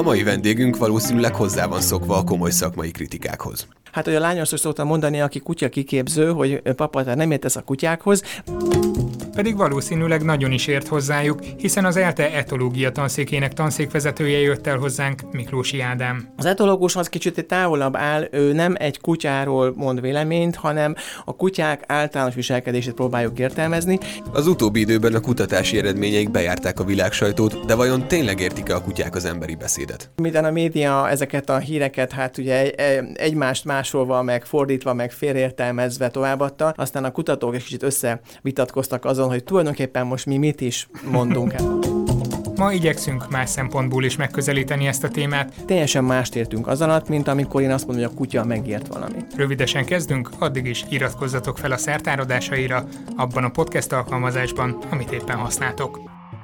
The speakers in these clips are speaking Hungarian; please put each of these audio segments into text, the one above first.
A mai vendégünk valószínűleg hozzá van szokva a komoly szakmai kritikákhoz. Hát, hogy a lányos szoktam mondani, aki kutya kiképző, hogy papa, te nem értesz a kutyákhoz. Pedig valószínűleg nagyon is ért hozzájuk, hiszen az ELTE etológia tanszékének tanszékvezetője jött el hozzánk, Miklósi Ádám. Az etológus az kicsit távolabb áll, ő nem egy kutyáról mond véleményt, hanem a kutyák általános viselkedését próbáljuk értelmezni. Az utóbbi időben a kutatási eredményeik bejárták a világsajtót, de vajon tényleg értik-e a kutyák az emberi beszédet? Minden a média ezeket a híreket hát ugye egymást másolva, meg fordítva, meg félreértelmezve továbbadta, aztán a kutatók egy kicsit összevitatkoztak azon, hogy tulajdonképpen most mi mit is mondunk el. Ma igyekszünk más szempontból is megközelíteni ezt a témát. Teljesen mást értünk az alatt, mint amikor én azt mondom, hogy a kutya megért valamit. Rövidesen kezdünk, addig is iratkozzatok fel a szertáradásaira, abban a podcast alkalmazásban, amit éppen használtok.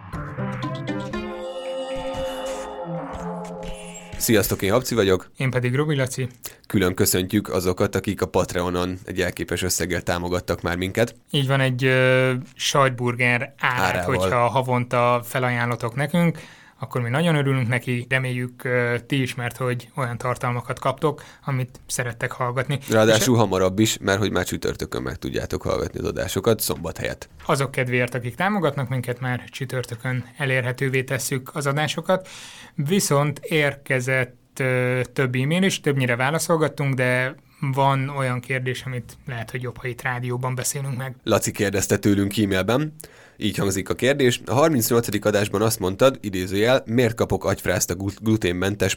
Sziasztok, én Habci vagyok. Én pedig Robi Laci. Külön köszöntjük azokat, akik a Patreonon egy elképes összeggel támogattak már minket. Így van, egy sajtburger árát, hogyha havonta felajánlotok nekünk, akkor mi nagyon örülünk neki, reméljük ti is, mert hogy olyan tartalmakat kaptok, amit szerettek hallgatni. Ráadásul hamarabb is, mert hogy már csütörtökön meg tudjátok hallgatni az adásokat, szombat helyett. Azok kedvéért, akik támogatnak minket, már csütörtökön elérhetővé tesszük az adásokat, viszont érkezett több e-mail is, többnyire válaszolgattunk, de van olyan kérdés, amit lehet, hogy jobb, ha itt rádióban beszélünk meg. Laci kérdezte tőlünk e-mailben, így hangzik a kérdés. A 38. adásban azt mondtad, idézőjel, miért kapok agyfrászt a gluténmentes ...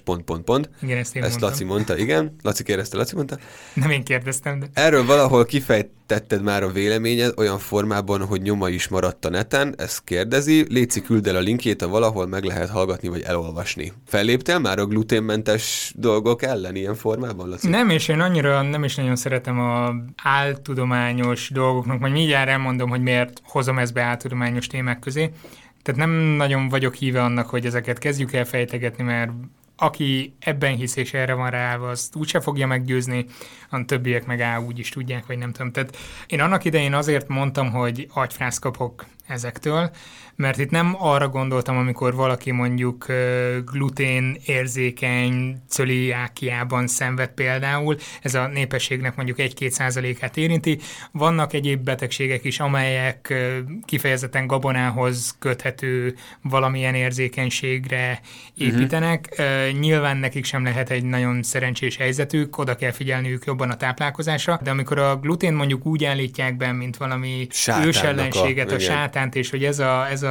Igen, ezt én Ezt mondtam. Laci mondta, igen. Laci kérdezte, Laci mondta. Nem én kérdeztem, de... Erről valahol kifejtetted már a véleményed olyan formában, hogy nyoma is maradt a neten, ezt kérdezi. Léci, küld el a linkjét, ha valahol meg lehet hallgatni vagy elolvasni. Felléptél már a gluténmentes dolgok ellen ilyen formában, Laci? Nem, és én annyira nem is nagyon szeretem a áltudományos dolgoknak, majd mindjárt elmondom, hogy miért hozom ezt be áltudományos témák közé. Tehát nem nagyon vagyok híve annak, hogy ezeket kezdjük el fejtegetni, mert aki ebben hisz és erre van ráállva, azt úgyse fogja meggyőzni, a többiek meg úgy is tudják, vagy nem tudom. Tehát én annak idején azért mondtam, hogy agyfrász kapok ezektől, mert itt nem arra gondoltam, amikor valaki mondjuk glutén érzékeny cöliákiában szenved például, ez a népességnek mondjuk 1-2%-át érinti. Vannak egyéb betegségek is, amelyek kifejezetten gabonához köthető valamilyen érzékenységre építenek. Nyilván nekik sem lehet egy nagyon szerencsés helyzetük, oda kell figyelniük jobban a táplálkozásra, de amikor a glutén mondjuk úgy állítják be, mint valami ősellenséget, a sátánt, és hogy ez a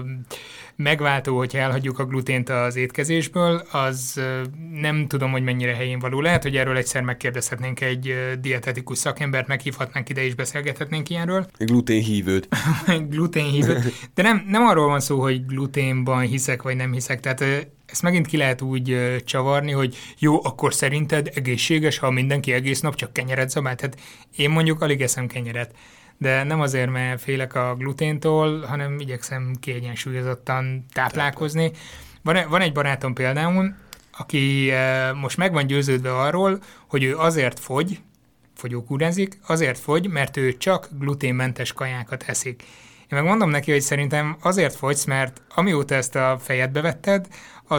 megváltó, hogyha elhagyjuk a glutént az étkezésből, az nem tudom, hogy mennyire helyén való. Lehet, hogy erről egyszer megkérdezhetnénk egy dietetikus szakembert, meghívhatnánk ide és beszélgethetnénk ilyenről. Gluténhívőt. Gluténhívőt. De nem arról van szó, hogy gluténban hiszek vagy nem hiszek. Tehát ezt megint ki lehet úgy csavarni, hogy jó, akkor szerinted egészséges, ha mindenki egész nap csak kenyeret zabál. Tehát én mondjuk alig eszem kenyeret. De nem azért, mert félek a gluténtól, hanem igyekszem kiegyensúlyozottan táplálkozni. Van egy barátom például, aki most meg van győződve arról, hogy ő azért fogyókúrázik, azért fogy, mert ő csak gluténmentes kajákat eszik. Én meg mondom neki, hogy szerintem azért fogysz, mert amióta ezt a fejedbe vetted,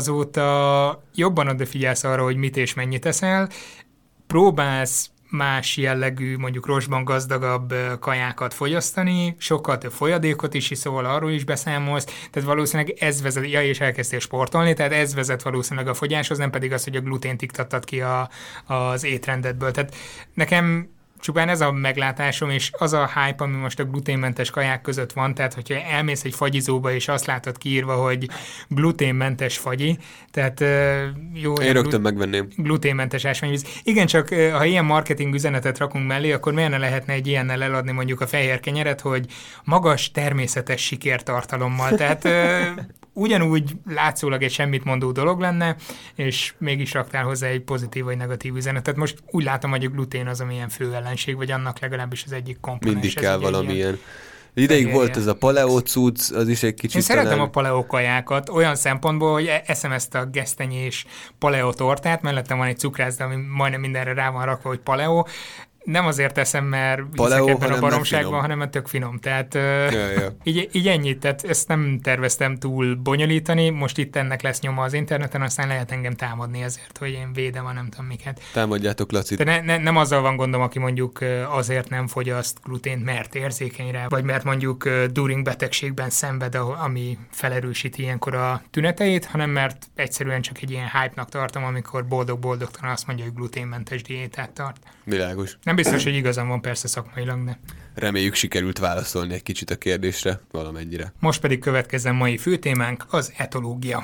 azóta jobban odafigyelsz arra, hogy mit és mennyit eszel, próbálsz más jellegű, mondjuk rostban gazdagabb kajákat fogyasztani, sokkal több folyadékot is iszol, arról is beszámolsz, tehát valószínűleg ez vezet, és elkezdtél sportolni, tehát ez vezet valószínűleg a fogyáshoz, nem pedig az, hogy a glutént iktattad ki az étrendedből. Tehát nekem csupán ez a meglátásom, és az a hype, ami most a gluténmentes kaják között van, tehát hogyha elmész egy fagyizóba, és azt látod kiírva, hogy gluténmentes fagyi, tehát jó... Én rögtön megvenném. Gluténmentes ásványvíz. Igen, csak ha ilyen marketing üzenetet rakunk mellé, akkor miért ne lehetne egy ilyennel eladni mondjuk a fehér kenyeret, hogy magas természetes sikertartalommal, tehát... ugyanúgy látszólag egy semmit mondó dolog lenne, és mégis raktál hozzá egy pozitív vagy negatív üzenetet. Most úgy látom, hogy a glutén az, amilyen fő ellenség, vagy annak legalábbis az egyik komponens. Mindig kell valamilyen. Ideig volt ez a paleo cucc, az is egy kicsit... Én szeretem a paleo kajákat olyan szempontból, hogy eszem ezt a gesztenyés paleo tortát, mellettem van egy cukrászda, ami majdnem mindenre rá van rakva, hogy paleo. nem azért eszem, mert Paleo, hiszek ebben a hanem baromságban, hanem mert tök finom. Tehát Ja. így ennyit, tehát ezt nem terveztem túl bonyolítani, most itt ennek lesz nyoma az interneten, aztán lehet engem támadni ezért, hogy én védem a nem tudom miket. Támadjátok Lacit. De nem azzal van gondom, aki mondjuk azért nem fogyaszt glutént, mert érzékeny rá, vagy mert mondjuk During betegségben szenved, ami felerősíti ilyenkor a tüneteit, hanem mert egyszerűen csak egy ilyen hype-nak tartom, amikor boldog-boldogtalan azt mondja, hogy gluténmentes diétát tart. Világos. Nem biztos, hogy igazam van persze szakmailag, de... Reméljük sikerült válaszolni egy kicsit a kérdésre, valamennyire. Most pedig következzen mai főtémánk, az etológia.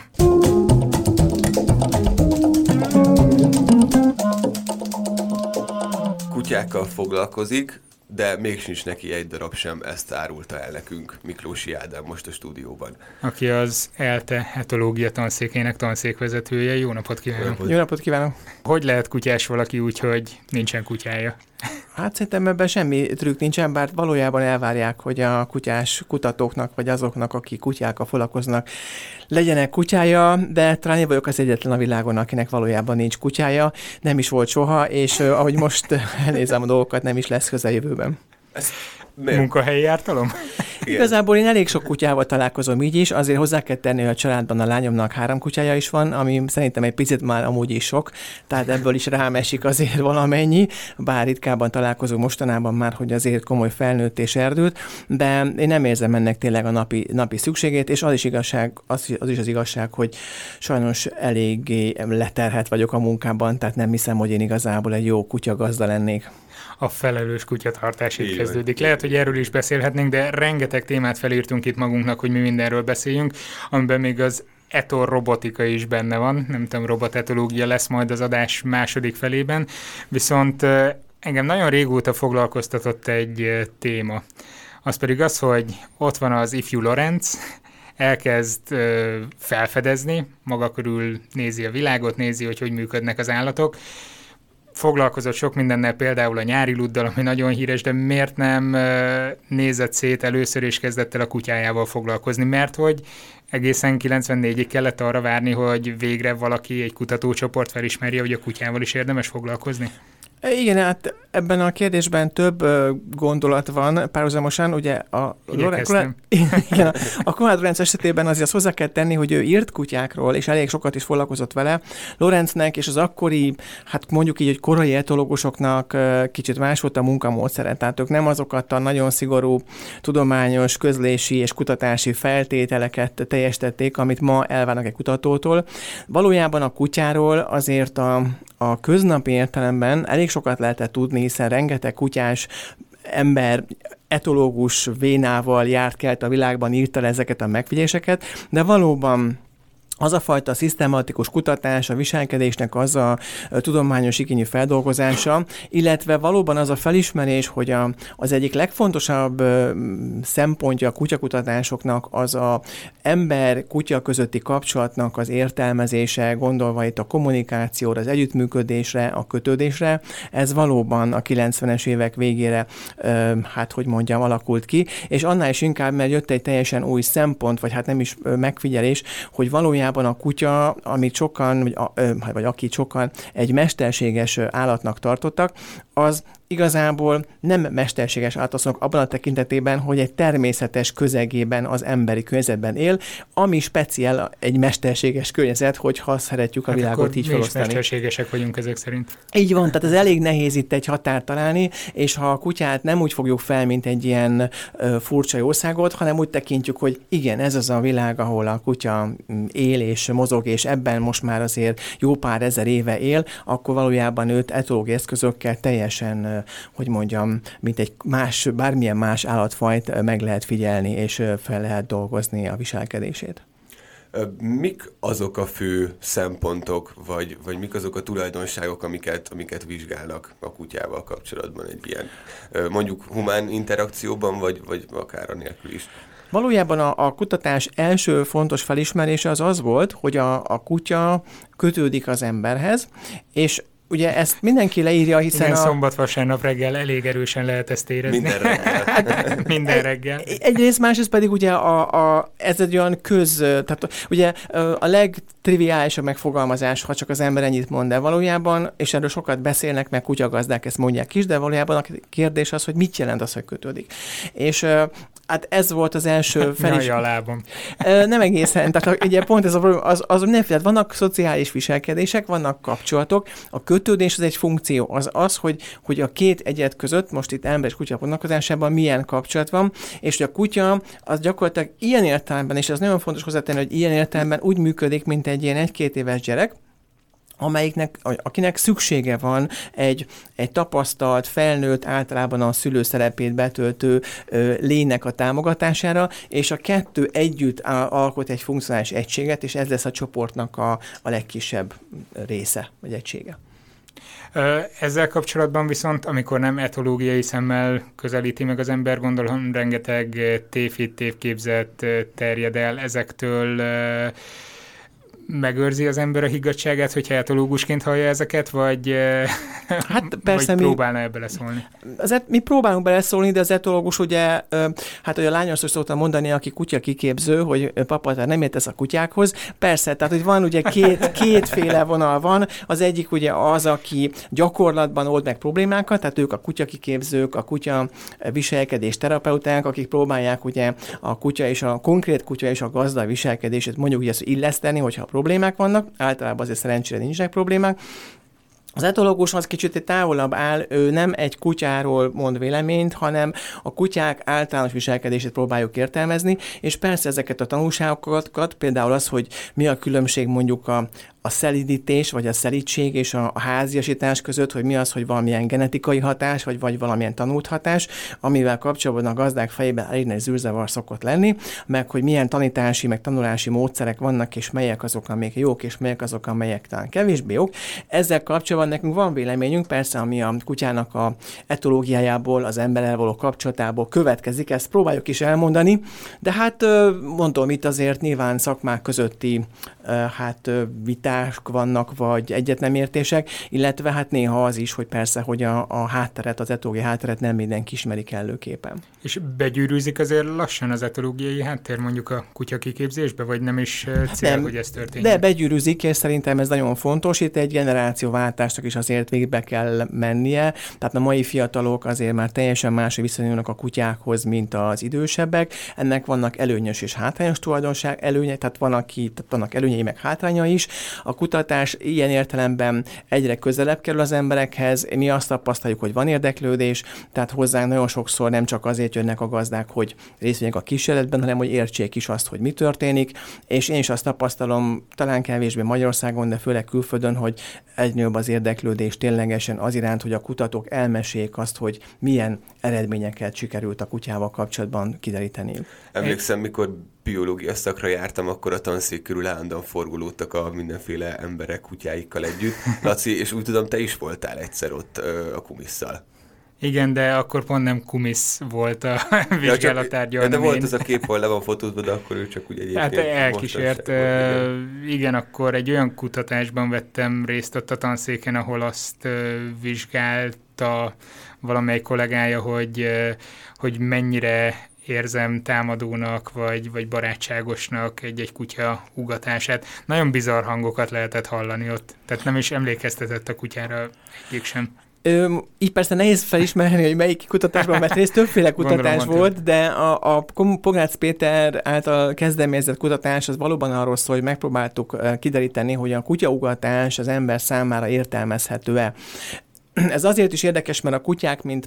Kutyákkal foglalkozik, de még sincs neki egy darab sem, ezt árulta el nekünk Miklósi Ádám most a stúdióban. Aki az ELTE etológia tanszékének tanszékvezetője. Jó napot kívánok! Jó napot kívánok! Hogy lehet kutyás valaki úgy, hogy nincsen kutyája? Hát szerintem ebben semmi trükk nincsen, bár valójában elvárják, hogy a kutyás kutatóknak, vagy azoknak, akik kutyákkal foglalkoznak, legyenek kutyája, de talán én vagyok az egyetlen a világon, akinek valójában nincs kutyája, nem is volt soha, és ahogy most elnézem a dolgokat, nem is lesz közeljövőben. Munkahelyi jártalom? Igazából én elég sok kutyával találkozom így is, azért hozzá kell tenni, hogy a családban a lányomnak 3 kutyája is van, ami szerintem egy picit már amúgy is sok, tehát ebből is rám esik azért valamennyi, bár ritkában találkozom mostanában már, hogy azért komoly felnőtt és erdült, de én nem érzem ennek tényleg a napi szükségét, és az is az igazság, hogy sajnos eléggé leterhet vagyok a munkában, tehát nem hiszem, hogy én igazából egy jó kutyagazda lennék. A felelős kutyatartás itt kezdődik. Lehet, hogy erről is beszélhetnénk, de rengeteg témát felírtunk itt magunknak, hogy mi mindenről beszéljünk, amiben még az etorrobotika is benne van. Nem tudom, robotetológia lesz majd az adás második felében, viszont engem nagyon régóta foglalkoztatott egy téma. Az pedig az, hogy ott van az ifjú Lorenz, elkezd felfedezni, maga körül nézi a világot, nézi, hogy működnek az állatok. Foglalkozott sok mindennel, például a nyári luddal, ami nagyon híres, de miért nem nézett szét először és kezdett el a kutyájával foglalkozni? Mert hogy egészen 94-ig kellett arra várni, hogy végre valaki, egy kutatócsoport felismerje, hogy a kutyával is érdemes foglalkozni? Igen, hát ebben a kérdésben több gondolat van párhuzamosan, ugye a Konrád Lorenz esetében azért azt hozzá kell tenni, hogy ő írt kutyákról, és elég sokat is foglalkozott vele. Lorenznek és az akkori, hát mondjuk így, hogy korai etológusoknak kicsit más volt a munkamódszere, tehát ők nem azokat a nagyon szigorú tudományos, közlési és kutatási feltételeket teljesítették, amit ma elvárnak egy kutatótól. Valójában a kutyáról azért a köznapi értelemben elég sokat lehetett tudni, hiszen rengeteg kutyás ember etológus vénával járt kelt a világban, írta le ezeket a megfigyeléseket, de valóban az a fajta szisztematikus kutatás, a viselkedésnek az a tudományos igényű feldolgozása, illetve valóban az a felismerés, hogy az egyik legfontosabb szempontja a kutyakutatásoknak az a ember-kutya közötti kapcsolatnak az értelmezése, gondolva itt a kommunikációra, az együttműködésre, a kötődésre, ez valóban a 90-es évek végére, alakult ki, és annál is inkább, mert jött egy teljesen új szempont, vagy hát nem is megfigyelés, hogy valójában a kutya, amit sokan, vagy akit sokan egy mesterséges állatnak tartottak, az igazából nem mesterséges állatnak abban a tekintetében, hogy egy természetes közegében, az emberi környezetben él, ami speciál egy mesterséges környezet, hogyha szeretjük a világot így felosztani. Mesterségesek vagyunk ezek szerint. Így van, tehát ez elég nehéz itt egy határt találni, és ha a kutyát nem úgy fogjuk fel, mint egy ilyen furcsa jószágot, hanem úgy tekintjük, hogy igen, ez az a világ, ahol a kutya él és mozog, és ebben most már azért jó pár ezer éve él, akkor valójában őt etológiai eszközökkel teljesen, mint egy bármilyen más állatfajt meg lehet figyelni, és fel lehet dolgozni a viselkedését. Mik azok a fő szempontok, vagy mik azok a tulajdonságok, amiket vizsgálnak a kutyával kapcsolatban egy ilyen, mondjuk humán interakcióban, vagy akár anélkül is? Valójában a kutatás első fontos felismerése az volt, hogy a kutya kötődik az emberhez, és ugye ezt mindenki leírja, hiszen igen, szombat-vasárnap reggel elég erősen lehet ezt érezni. Minden reggel. Minden reggel. Egyrészt, másrészt pedig ugye ez egy olyan tehát ugye a legtriviálisabb megfogalmazás, ha csak az ember ennyit mond, de valójában, és erről sokat beszélnek, meg kutyagazdák ezt mondják is, de valójában a kérdés az, hogy mit jelent az, hogy kötődik. És hát ez volt az első Nyalja a lábam. Nem egészen, tehát ugye pont ez a probléma, az mindenféle, vannak szociális viselkedések, vannak kapcsolatok, a kötődés az egy funkció, az, hogy a két egyed között, most itt ember és kutya vonatkozásában milyen kapcsolat van, és hogy a kutya az gyakorlatilag ilyen értelemben, és ez nagyon fontos hozzátenni, hogy ilyen értelemben úgy működik, mint egy ilyen 1-2 éves gyerek, akinek szüksége van egy tapasztalt, felnőtt, általában a szülő szerepét betöltő lénynek a támogatására, és a kettő együtt alkot egy funkcionális egységet, és ez lesz a csoportnak a legkisebb része, vagy egysége. Ezzel kapcsolatban viszont, amikor nem etológiai szemmel közelíti meg az ember, gondolom rengeteg tévhit, tévképzet terjed el ezektől. Megőrzi az ember a higgadtságát, hogyha etológusként hallja ezeket, vagy, hát persze vagy próbálna ebbe beleszólni? Mi próbálunk beleszólni, de az etológus ugye, hát hogy a lányos szoktam mondani, aki kutya kiképző, hogy papa, te nem értesz a kutyákhoz. Persze, tehát hogy van ugye kétféle vonal van. Az egyik ugye az, aki gyakorlatban old meg problémákat, tehát ők a kutya kiképzők, a kutya viselkedés terapeuták, akik próbálják ugye a kutya és a konkrét kutya és a gazda viselkedését mondjuk ugye illeszteni, hogyha problémák vannak, általában azért szerencsére nincsenek problémák. Az etológus az kicsit távolabb áll, ő nem egy kutyáról mond véleményt, hanem a kutyák általános viselkedését próbáljuk értelmezni, és persze ezeket a tanulságokat, például az, hogy mi a különbség mondjuk a szelídítés, vagy a szelídség és a háziasítás között, hogy mi az, hogy valamilyen genetikai hatás, vagy valamilyen tanult hatás, amivel kapcsolatban a gazdák fejében elég nagy zűrzavar szokott lenni, meg hogy milyen tanítási, meg tanulási módszerek vannak, és melyek azok, amelyek jók, és melyek azok, amelyek talán kevésbé jók. Ezzel kapcsolatban nekünk van véleményünk, persze, ami a kutyának a etológiájából, az emberrel való kapcsolatából következik, ezt próbáljuk is elmondani, de hát mondom, itt azért nyilván szakmák közötti viták vannak, vagy egyetnemértések, illetve hát néha az is, hogy persze, hogy a hátteret, az etológiai hátteret nem mindenki ismeri kellőképpen. És begyűrűzik azért lassan az etológiai háttér mondjuk a kutya kiképzésbe, vagy nem is cél, hogy ez történjen? De begyűrűzik, és szerintem ez nagyon fontos. Itt egy generációváltásnak is azért végbe kell mennie. Tehát a mai fiatalok azért már teljesen más viszonyulnak a kutyákhoz, mint az idősebbek. Ennek vannak előnyös és hátrányos tulajdonság előnye, tehát vannak előnyei meg hátránya is. A kutatás ilyen értelemben egyre közelebb kerül az emberekhez. Mi azt tapasztaljuk, hogy van érdeklődés, tehát hozzánk nagyon sokszor nem csak azért jönnek a gazdák, hogy részt vegyenek a kísérletben, hanem hogy értsék is azt, hogy mi történik, és én is azt tapasztalom, talán kevésbé Magyarországon, de főleg külföldön, hogy egyre nagyobb az érdeklődés ténylegesen az iránt, hogy a kutatók elmeséljék azt, hogy milyen eredményeket sikerült a kutyával kapcsolatban kideríteniük. Emlékszem, mikor biológia szakra jártam, akkor a tanszék körül állandóan forgolódtak a mindenféle emberek kutyáikkal együtt. Laci, és úgy tudom, te is voltál egyszer ott a kumisszal. Igen, de akkor pont nem kumisz volt a vizsgálatárgya. De volt az a kép, ahol le van fotózva, de akkor ő csak úgy egyébként... Hát elkísért. Igen, akkor egy olyan kutatásban vettem részt ott a tanszéken, ahol azt vizsgálta valamely kollégája, hogy mennyire érzem támadónak, vagy barátságosnak egy kutya ugatását. Nagyon bizarr hangokat lehetett hallani ott, tehát nem is emlékeztetett a kutyára egyik sem. Így persze nehéz felismerni, hogy melyik kutatásban vett részt, többféle kutatás volt, de a Pográcz Péter által kezdeményezett kutatás az valóban arról szól, hogy megpróbáltuk kideríteni, hogy a kutyaugatás az ember számára értelmezhető-e. Ez azért is érdekes, mert a kutyák, mint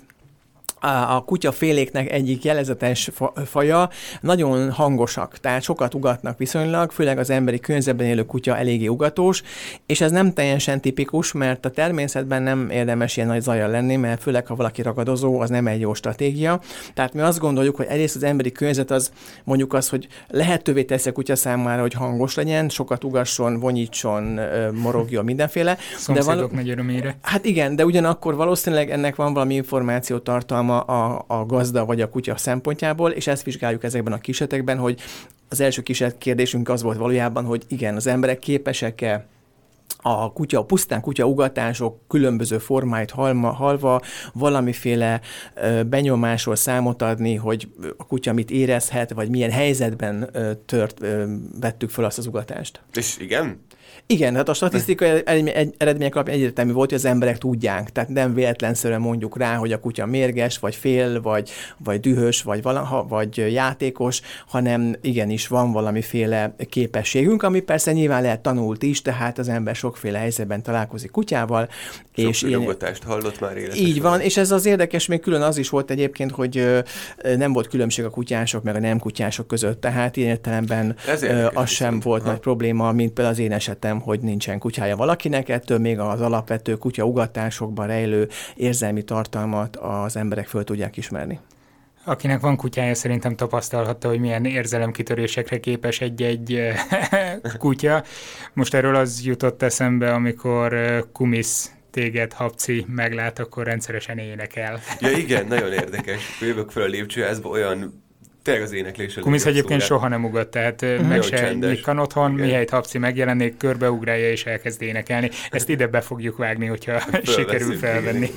a kutyaféléknek egyik jelezetes faja nagyon hangosak, tehát sokat ugatnak viszonylag, főleg az emberi környezetben élő kutya eléggé ugatós, és ez nem teljesen tipikus, mert a természetben nem érdemes ilyen nagy zajjal lenni, mert főleg ha valaki ragadozó, az nem egy jó stratégia. Tehát mi azt gondoljuk, hogy egyrészt az emberi környezet az mondjuk az, hogy lehetővé teszi a kutya számára, hogy hangos legyen, sokat ugasson, vonyítson, morogjon mindenféle. Szomszédok nagy örömére. Hát igen, de ugyanakkor valószínűleg ennek van valami információ tartalma a gazda vagy a kutya szempontjából, és ezt vizsgáljuk ezekben a kísérletekben, hogy az első kísérlet kérdésünk az volt valójában, hogy igen, az emberek képesek-e pusztán kutyaugatások különböző formáit halva, valamiféle benyomásról számot adni, hogy a kutya mit érezhet, vagy milyen helyzetben vettük fel azt az ugatást. És igen? Igen, hát a statisztikai eredmények alapján egyértelmű volt, hogy az emberek tudják, tehát nem véletlenszerűen mondjuk rá, hogy a kutya mérges, vagy fél, vagy dühös, vagy játékos, hanem igenis van valamiféle képességünk, ami persze nyilván lehet tanult is, tehát az ember sokféle helyzetben találkozik kutyával. És ugatást hallott már életesen. Így van, és ez az érdekes, még külön az is volt egyébként, hogy nem volt különbség a kutyások meg a nem kutyások között, tehát ilyen értelemben az sem volt nagy probléma, mint például az én esetem, hogy nincsen kutyája valakinek, ettől még az alapvető kutyaugatásokban rejlő érzelmi tartalmat az emberek föl tudják ismerni. Akinek van kutyája, szerintem tapasztalhatta, hogy milyen érzelemkitörésekre képes egy kutya. Most erről az jutott eszembe, amikor Kumisz téged, Habci meglát, akkor rendszeresen énekel. Ja igen, nagyon érdekes. Jövök fel a lépcsőházba, olyan tényleg az éneklés. Kumisz egyébként soha nem ugat, tehát meg se nyitkan otthon, mihelyt Habci megjelenik, körbeugrálja és elkezd énekelni. Ezt ide be fogjuk vágni, hogyha sikerül felvenni.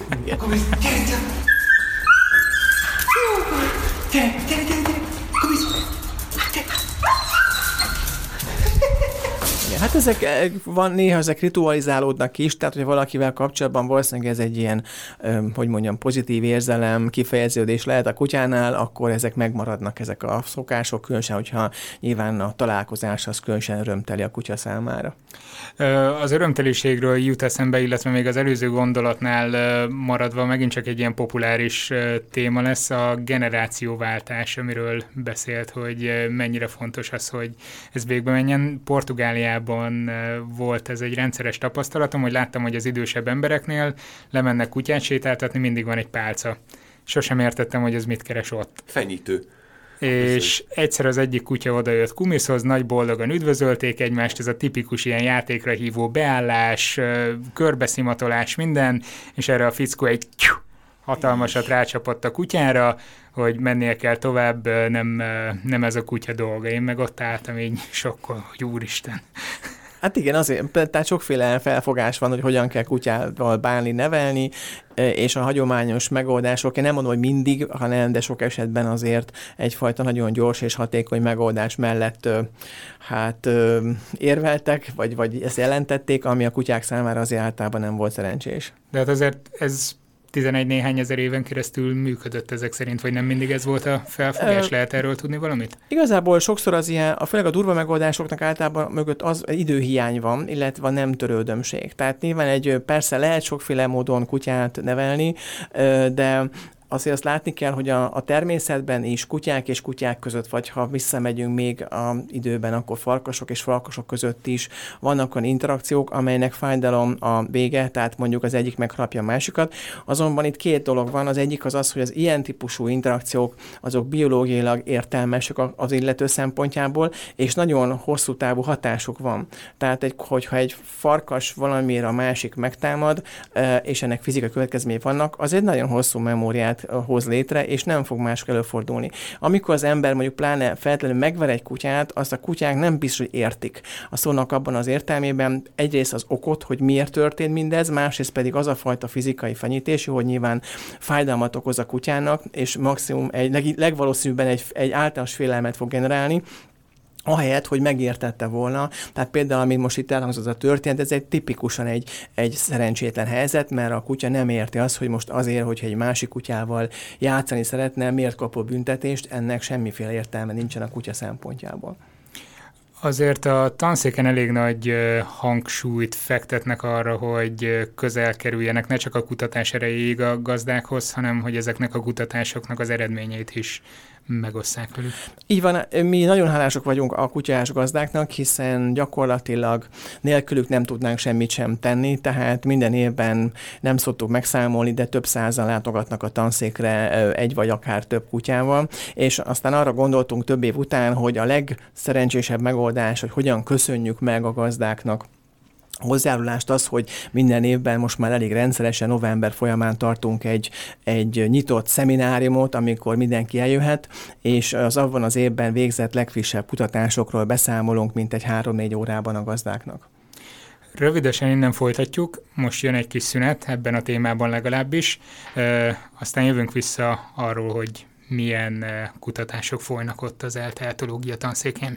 Hát néha ezek ritualizálódnak is, tehát hogyha valakivel kapcsolatban valószínűleg ez egy ilyen, pozitív érzelem, kifejeződés lehet a kutyánál, akkor ezek megmaradnak, ezek a szokások, különösen, hogyha nyilván a találkozás az különösen örömteli a kutya számára. Az örömteliségről jut eszembe, illetve még az előző gondolatnál maradva megint csak egy ilyen populáris téma lesz, a generációváltás, amiről beszélt, hogy mennyire fontos az, hogy ez végbe menjen. Portugáliában volt ez egy rendszeres tapasztalatom, hogy láttam, hogy az idősebb embereknél lemennek kutyát sétáltatni, mindig van egy pálca. Sosem értettem, hogy ez mit keres ott. Fenyítő. És egyszer az egyik kutya odajött Kumiszhoz, nagy boldogan üdvözölték egymást, ez a tipikus ilyen játékra hívó beállás, körbeszimatolás, minden, és erre a fickó egy hatalmasat rácsapott a kutyára, hogy mennie kell tovább, nem ez a kutya dolga. Én meg ott álltam így sokkol, hogy úristen. Hát igen, azért, tehát sokféle felfogás van, hogy hogyan kell kutyával bánni, nevelni, és a hagyományos megoldások, én nem mondom, hogy mindig, hanem, de sok esetben azért egyfajta nagyon gyors és hatékony megoldás mellett érveltek, vagy ezt jelentették, ami a kutyák számára azért általában nem volt szerencsés. De hát azért ez 11 néhány ezer éven keresztül működött ezek szerint, vagy nem mindig ez volt a felfogás? Lehet erről tudni valamit? Igazából sokszor az ilyen, főleg a durva megoldásoknak általában mögött az időhiány van, illetve a nem törődömség. Tehát nyilván persze lehet sokféle módon kutyát nevelni, de azért azt látni kell, hogy a természetben is kutyák és kutyák között, vagy ha visszamegyünk még az időben, akkor farkasok és farkasok között is vannak olyan interakciók, amelynek fájdalom a vége, tehát mondjuk az egyik megharapja a másikat. Azonban itt két dolog van. Az egyik az, hogy az ilyen típusú interakciók azok biológiailag értelmesek az illető szempontjából, és nagyon hosszú távú hatásuk van. Tehát hogyha egy farkas valamiért a másik megtámad, és ennek fizikai következményei vannak, az egy nagyon hosszú memóriát hoz létre, és nem fog mások előfordulni. Amikor az ember mondjuk pláne feltétlenül megver egy kutyát, azt a kutyák nem biztos, hogy értik. A szónak abban az értelmében egyrészt az okot, hogy miért történt mindez, másrészt pedig az a fajta fizikai fenyítés, hogy nyilván fájdalmat okoz a kutyának, és maximum legvalószínűbben egy általános félelmet fog generálni, ahelyett, hogy megértette volna. Tehát például, amit most itt elhangzott a történet, ez egy tipikusan egy szerencsétlen helyzet, mert a kutya nem érti azt, hogy most azért, hogyha egy másik kutyával játszani szeretne, miért kapott büntetést, ennek semmiféle értelme nincsen a kutya szempontjából. Azért a tanszéken elég nagy hangsúlyt fektetnek arra, hogy közel kerüljenek ne csak a kutatás erejéig a gazdákhoz, hanem hogy ezeknek a kutatásoknak az eredményeit is megosszák velük. Így van, mi nagyon hálások vagyunk a kutyás gazdáknak, hiszen gyakorlatilag nélkülük nem tudnánk semmit sem tenni, tehát minden évben nem szoktuk megszámolni, de több százan látogatnak a tanszékre egy vagy akár több kutyával, és aztán arra gondoltunk több év után, hogy a legszerencsésebb megoldás, hogy hogyan köszönjük meg a gazdáknak hozzájárulást az, hogy minden évben most már elég rendszeresen november folyamán tartunk egy nyitott szemináriumot, amikor mindenki eljöhet, és az abban az évben végzett legfrissebb kutatásokról beszámolunk, mint egy 3-4 órában a gazdáknak. Rövidesen innen folytatjuk, most jön egy kis szünet, ebben a témában legalábbis, aztán jövünk vissza arról, hogy milyen kutatások folynak ott az ELTE etológia tanszékén.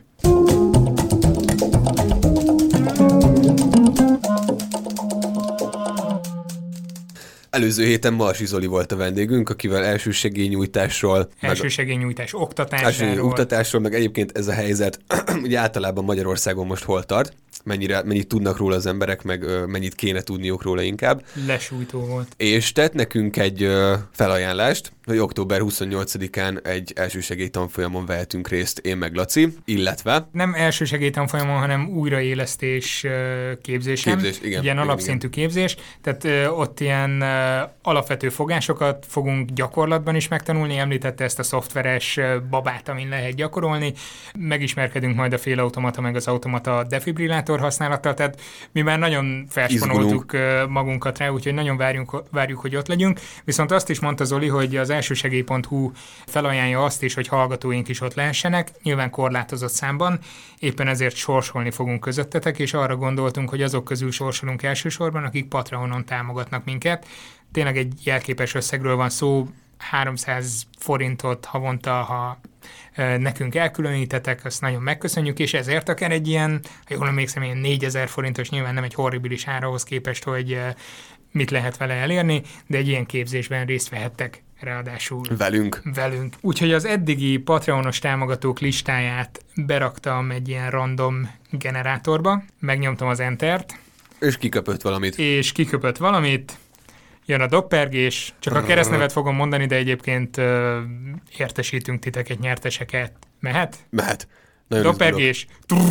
Előző héten Marsi Zoli volt a vendégünk, akivel elsősegélynyújtásról, oktatásról, meg egyébként ez a helyzet ugye általában Magyarországon most hol tart, mennyit tudnak róla az emberek, meg mennyit kéne tudniuk róla inkább. Lesújtó volt. És tett nekünk egy felajánlást, hogy október 28-án egy elsősegély tanfolyamon vehetünk részt én meg Laci, illetve... Nem elsősegély tanfolyamon, hanem újraélesztés képzésen. Igen, alapszintű képzés. Tehát ott ilyen alapvető fogásokat fogunk gyakorlatban is megtanulni. Említette ezt a szoftveres babát, amin lehet gyakorolni. Megismerkedünk majd a félautomata meg az automata defibrillátor használattal, tehát mi már nagyon felspanoltuk magunkat rá, úgyhogy nagyon várjuk, hogy ott legyünk. Viszont azt is mondta Zoli, hogy az elsősegély.hu felajánlja azt is, hogy hallgatóink is ott lehessenek, nyilván korlátozott számban, éppen ezért sorsolni fogunk közöttetek, és arra gondoltunk, hogy azok közül sorsolunk elsősorban, akik Patreonon támogatnak minket. Tényleg egy jelképes összegről van szó, 300 forintot havonta, ha nekünk elkülönítetek, azt nagyon megköszönjük, és ezért akár egy ilyen, ha jól emlékszem, ilyen 4000 forintos, nyilván nem egy horribilis árahoz képest, hogy mit lehet vele elérni, de egy ilyen képzésben részt vehettek ráadásul velünk. Úgyhogy az eddigi Patreonos támogatók listáját beraktam egy ilyen random generátorba, megnyomtam az Entert. És kiköpött valamit. Jön a doppergés, csak a keresztnevet fogom mondani, de egyébként értesítünk titeket, nyerteseket. Mehet? Nagyon doppergés.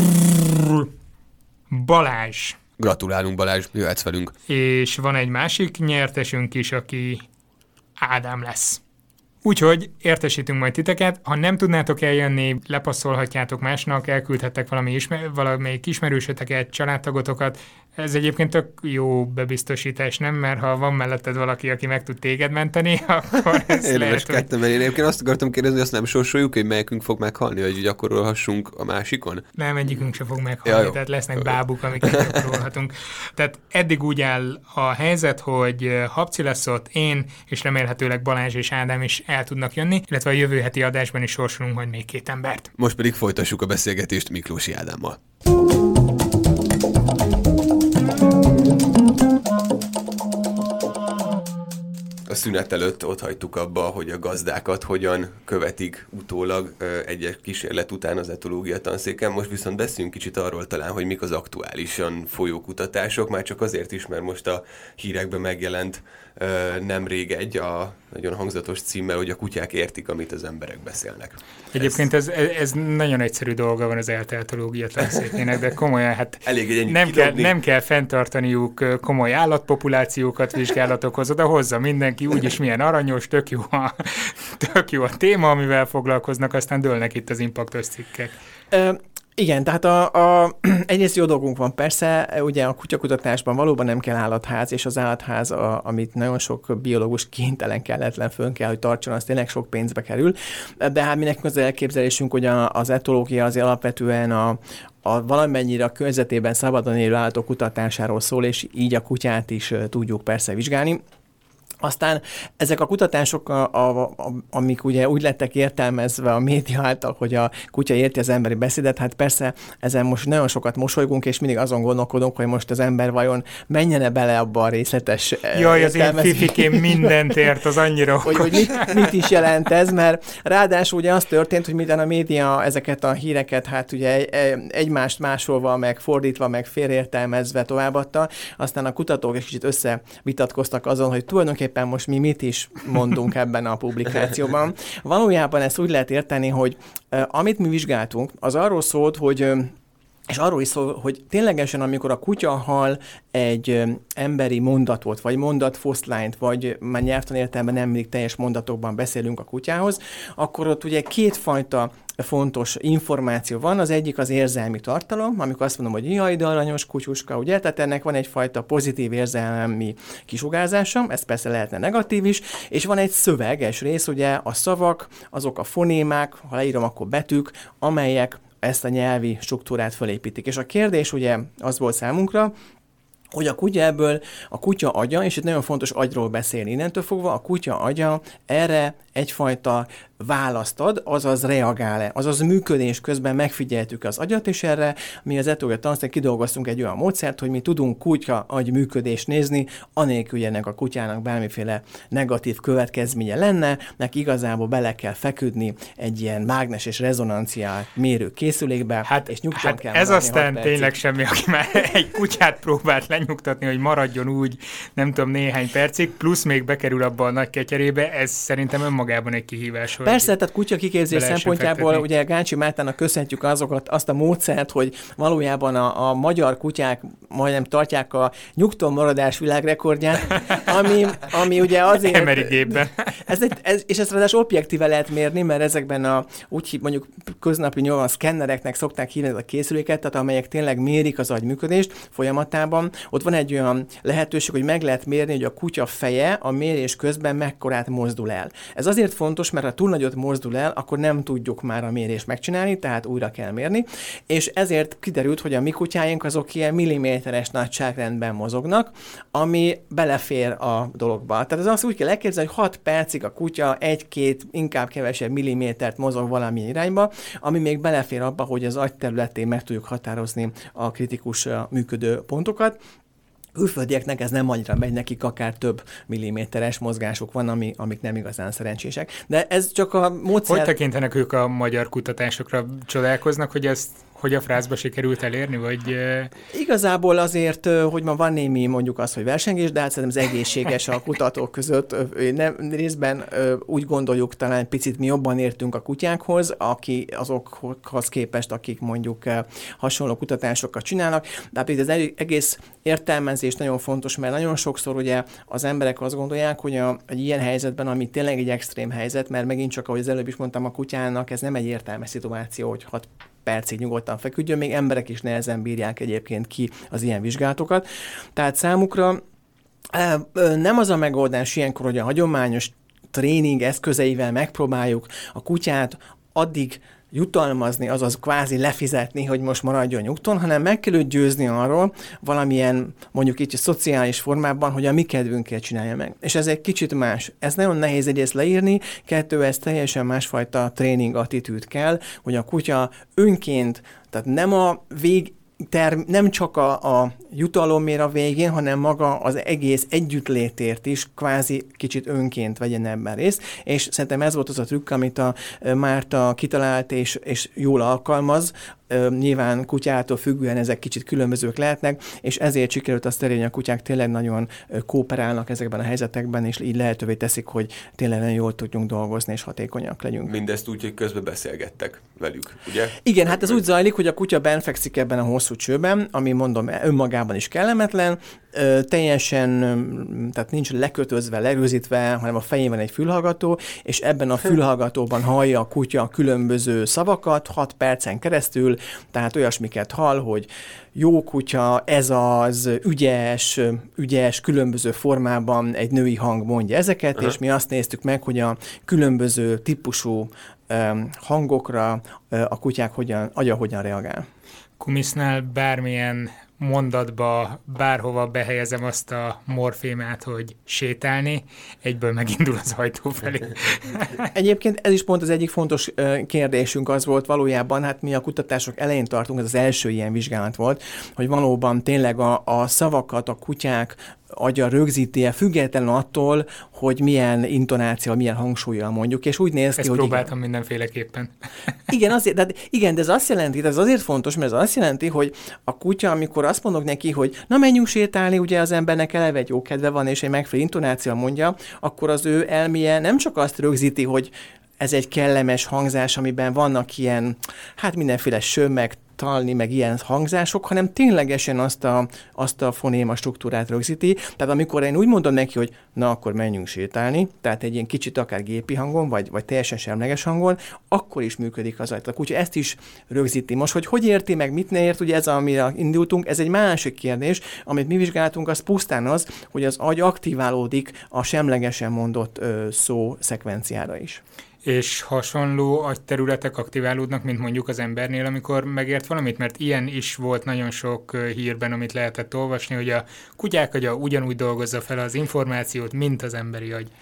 Balázs. Gratulálunk, Balázs, jöhetsz velünk. És van egy másik nyertesünk is, aki Ádám lesz. Úgyhogy értesítünk majd titeket, ha nem tudnátok eljönni, lepasszolhatjátok másnak, elküldhettek valamelyik ismerősöteket, családtagotokat. Ez egyébként tök jó bebiztosítás, nem? Mert ha van melletted valaki, aki meg tud téged menteni, akkor ez lehet, hogy... Én egyébként azt akartam kérdezni, hogy azt nem sorsoljuk, hogy melyikünk fog meghalni, hogy gyakorolhassunk a másikon? Nem, egyikünk sem fog meghalni, tehát lesznek bábuk, amiket gyakorolhatunk. Tehát eddig úgy áll a helyzet, hogy Habci lesz ott, én, és remélhetőleg Balázs és Ádám is el tudnak jönni, illetve a jövő heti adásban is sorsolunk majd még 2 embert. Most pedig folytassuk a beszélgetést Miklósi Ádámmal. A szünet előtt ott hagytuk abba, hogy a gazdákat hogyan követik utólag egy kísérlet után az etológia tanszéken. Most viszont beszéljünk kicsit arról talán, hogy mik az aktuálisan folyó kutatások, már csak azért is, mert most a hírekben megjelent nemrég egy a nagyon hangzatos címmel, hogy a kutyák értik, amit az emberek beszélnek. Egyébként ez nagyon egyszerű dolga van az ELTE etológia tanszékének, de komolyan, hát nem kell fenntartaniuk komoly állatpopulációkat, vizsgálatokhoz, oda hozza mindenki, úgyis milyen aranyos, tök jó a téma, amivel foglalkoznak, aztán dőlnek itt az impaktos cikkek. Igen, tehát egyrészt jó dolgunk van persze, ugye a kutyakutatásban valóban nem kell állatház, és az állatház, amit nagyon sok biológus kénytelen, kelletlen fönn kell, hogy tartson, az tényleg sok pénzbe kerül, de hát mi nekünk az elképzelésünk, hogy az etológia azért alapvetően a valamennyire a környezetében szabadon élő állatok kutatásáról szól, és így a kutyát is tudjuk persze vizsgálni. Aztán ezek a kutatások, amik ugye úgy lettek értelmezve a média által, hogy a kutya érti az emberi beszédet, hát persze ezen most nagyon sokat mosolygunk, és mindig azon gondolkodunk, hogy most az ember vajon menjene bele abba a részletes Jaj, az én fifikém mindent ért, az annyira hogy mit is jelent ez, mert ráadásul ugye az történt, hogy miután a média ezeket a híreket hát ugye egymást másolva, meg fordítva, meg félreértelmezve továbbadta, aztán a kutatók egy kicsit összevitatkoztak azon, hogy tulajdonképpen most mi mit is mondunk ebben a publikációban. Valójában ezt úgy lehet érteni, hogy amit mi vizsgáltunk, az arról szólt, hogy és arról is szól, hogy ténylegesen, amikor a kutya hall egy emberi mondatot, vagy mondatfoszlányt, vagy már nyelvtan értelemben nem mindig teljes mondatokban beszélünk a kutyához, akkor ott ugye 2 fajta fontos információ van. Az egyik az érzelmi tartalom, amikor azt mondom, hogy jaj, de aranyos kutyuska, ugye? Tehát ennek van egyfajta pozitív érzelmi kisugárzása, ez persze lehetne negatív is, és van egy szöveges rész, ugye a szavak, azok a fonémák, ha leírom, akkor betűk, amelyek ezt a nyelvi struktúrát felépítik. És a kérdés ugye az volt számunkra, hogy a kutya ebből, a kutya agya, és itt nagyon fontos agyról beszélni innentől fogva, a kutya agya erre egyfajta választ ad, azaz reagál-e, azaz működés közben megfigyeltük az agyat, és erre mi az etológiai tanszéken kidolgoztunk egy olyan módszert, hogy mi tudunk kutya agy működést nézni, anélkül, hogy ennek a kutyának bármiféle negatív következménye lenne, neki igazából bele kell feküdni egy ilyen mágnes és rezonancia mérő készülékbe, és nyugton kell ez aztán tényleg semmi, aki már egy kutyát próbált lenyugtatni, hogy maradjon úgy, nem tudom, néhány percig, plusz még bekerül abba a nagy ketyerébe, ez szerintem önmagában egy kihívás. Persze, tehát kutya kiképzés szempontjából ugye Gáncsi Mártának köszönhetjük azt a módszert, hogy valójában a magyar kutyák majdnem tartják a nyugton maradás világrekordját, ami ugye azért... Emerigében. És ezt ráadásul objektíve lehet mérni, mert ezekben mondjuk köznapi nyilván szkennereknek szokták hívni a készüléket, tehát amelyek tényleg mérik az agyműködést folyamatában. Ott van egy olyan lehetőség, hogy meg lehet mérni, hogy a kutya feje a mérés közben mekkorát mozdul el. Ez azért fontos, mert ha túl nagyot mozdul el, akkor nem tudjuk már a mérést megcsinálni, tehát újra kell mérni, és ezért kiderült, hogy a mi kutyáink azok ilyen milliméteres nagyságrendben mozognak, ami belefér a dologba. Tehát az azt úgy kell elképzelni, hogy 6 percig a kutya 1-2, inkább kevesebb millimétert mozog valamilyen irányba, ami még belefér abba, hogy az agy területén meg tudjuk határozni a kritikus működő pontokat. Külföldieknek ez nem annyira megy, nekik akár több milliméteres mozgások van, amik nem igazán szerencsések. De ez csak a módszer... Hogy tekintenek ők a magyar kutatásokra? Csodálkoznak, hogy a frázba sikerült elérni, vagy... Igazából azért, hogy ma van némi mondjuk az, hogy versengés, de hát szerintem ez egészséges a kutatók között. Részben úgy gondoljuk, talán picit mi jobban értünk a kutyákhoz, azokhoz képest, akik mondjuk hasonló kutatásokat csinálnak. De hát itt az egész értelmezés nagyon fontos, mert nagyon sokszor ugye az emberek azt gondolják, hogy egy ilyen helyzetben, ami tényleg egy extrém helyzet, mert megint csak, ahogy az előbb is mondtam, a kutyának ez nem egy értelmes szituáció, hogy 6 percig nyugodtan feküdjön, még emberek is nehezen bírják egyébként ki az ilyen vizsgálatokat. Tehát számukra nem az a megoldás ilyenkor, hogy a hagyományos tréning eszközeivel megpróbáljuk a kutyát addig jutalmazni, azaz kvázi lefizetni, hogy most maradjon nyugton, hanem meg kell őt győzni arról valamilyen, mondjuk így a szociális formában, hogy a mi kedvünkkel csinálja meg. És ez egy kicsit más. Ez nagyon nehéz egyrészt leírni, kettő, ez teljesen másfajta tréning attitűd kell, hogy a kutya önként, tehát nem csak a jutalom mér a végén, hanem maga az egész együttlétért is kvázi kicsit önként vegyen ebben részt, és szerintem ez volt az a trükk, amit a Márta kitalált és jól alkalmaz. Nyilván kutyától függően ezek kicsit különbözők lehetnek, és ezért sikerült azt elérni, hogy a kutyák tényleg nagyon kooperálnak ezekben a helyzetekben, és így lehetővé teszik, hogy tényleg nagyon jól tudjunk dolgozni, és hatékonyak legyünk. Mindezt úgy, hogy közben beszélgettek velük, ugye? Igen, hát ez úgy zajlik, hogy a kutya benfekszik ebben a hosszú csőben, ami mondom önmagában is kellemetlen, teljesen, tehát nincs lekötözve, lerőzítve, hanem a fején van egy fülhallgató, és ebben a fülhallgatóban hallja a kutya különböző szavakat 6 percen keresztül, tehát olyasmiket hall, hogy jó kutya, ez az, ügyes, különböző formában egy női hang mondja ezeket, és mi azt néztük meg, hogy a különböző típusú hangokra a kutyák agya hogyan reagál. Kumisznál bármilyen mondatba, bárhova behelyezem azt a morfémát, hogy sétálni, egyből megindul az ajtó felé. Egyébként ez is pont az egyik fontos kérdésünk az volt valójában, hát mi a kutatások elején tartunk, ez az első ilyen vizsgálat volt, hogy valóban tényleg a szavakat a kutyák agya rögzíti-e, függetlenül attól, hogy milyen intonáció, milyen hangsúllyal mondjuk, és úgy néz ki, ezt hogy... próbáltam mindenféleképpen. Igen, de ez azt jelenti, ez azért fontos, mert ez azt jelenti, hogy a kutya, amikor azt mondok neki, hogy na menjünk sétálni, ugye az embernek eleve egy jó kedve van, és egy megfelelő intonáció mondja, akkor az ő elméje nem csak azt rögzíti, hogy ez egy kellemes hangzás, amiben vannak ilyen, hát mindenféle sömmeg, talni, meg ilyen hangzások, hanem ténylegesen azt a fonéma struktúrát rögzíti. Tehát amikor én úgy mondom neki, hogy na, akkor menjünk sétálni, tehát egy ilyen kicsit akár gépi hangon, vagy teljesen semleges hangon, akkor is működik az agy. Úgyhogy ezt is rögzíti. Most, hogy érti, meg mit ne ért, ugye ez, amire indultunk, ez egy másik kérdés, amit mi vizsgáltunk, az pusztán az, hogy az agy aktiválódik a semlegesen mondott szó szekvenciára is. És hasonló agyterületek aktiválódnak, mint mondjuk az embernél, amikor megért valamit? Mert ilyen is volt nagyon sok hírben, amit lehetett olvasni, hogy a kutyák agya ugyanúgy dolgozza fel az információt, mint az emberi agy.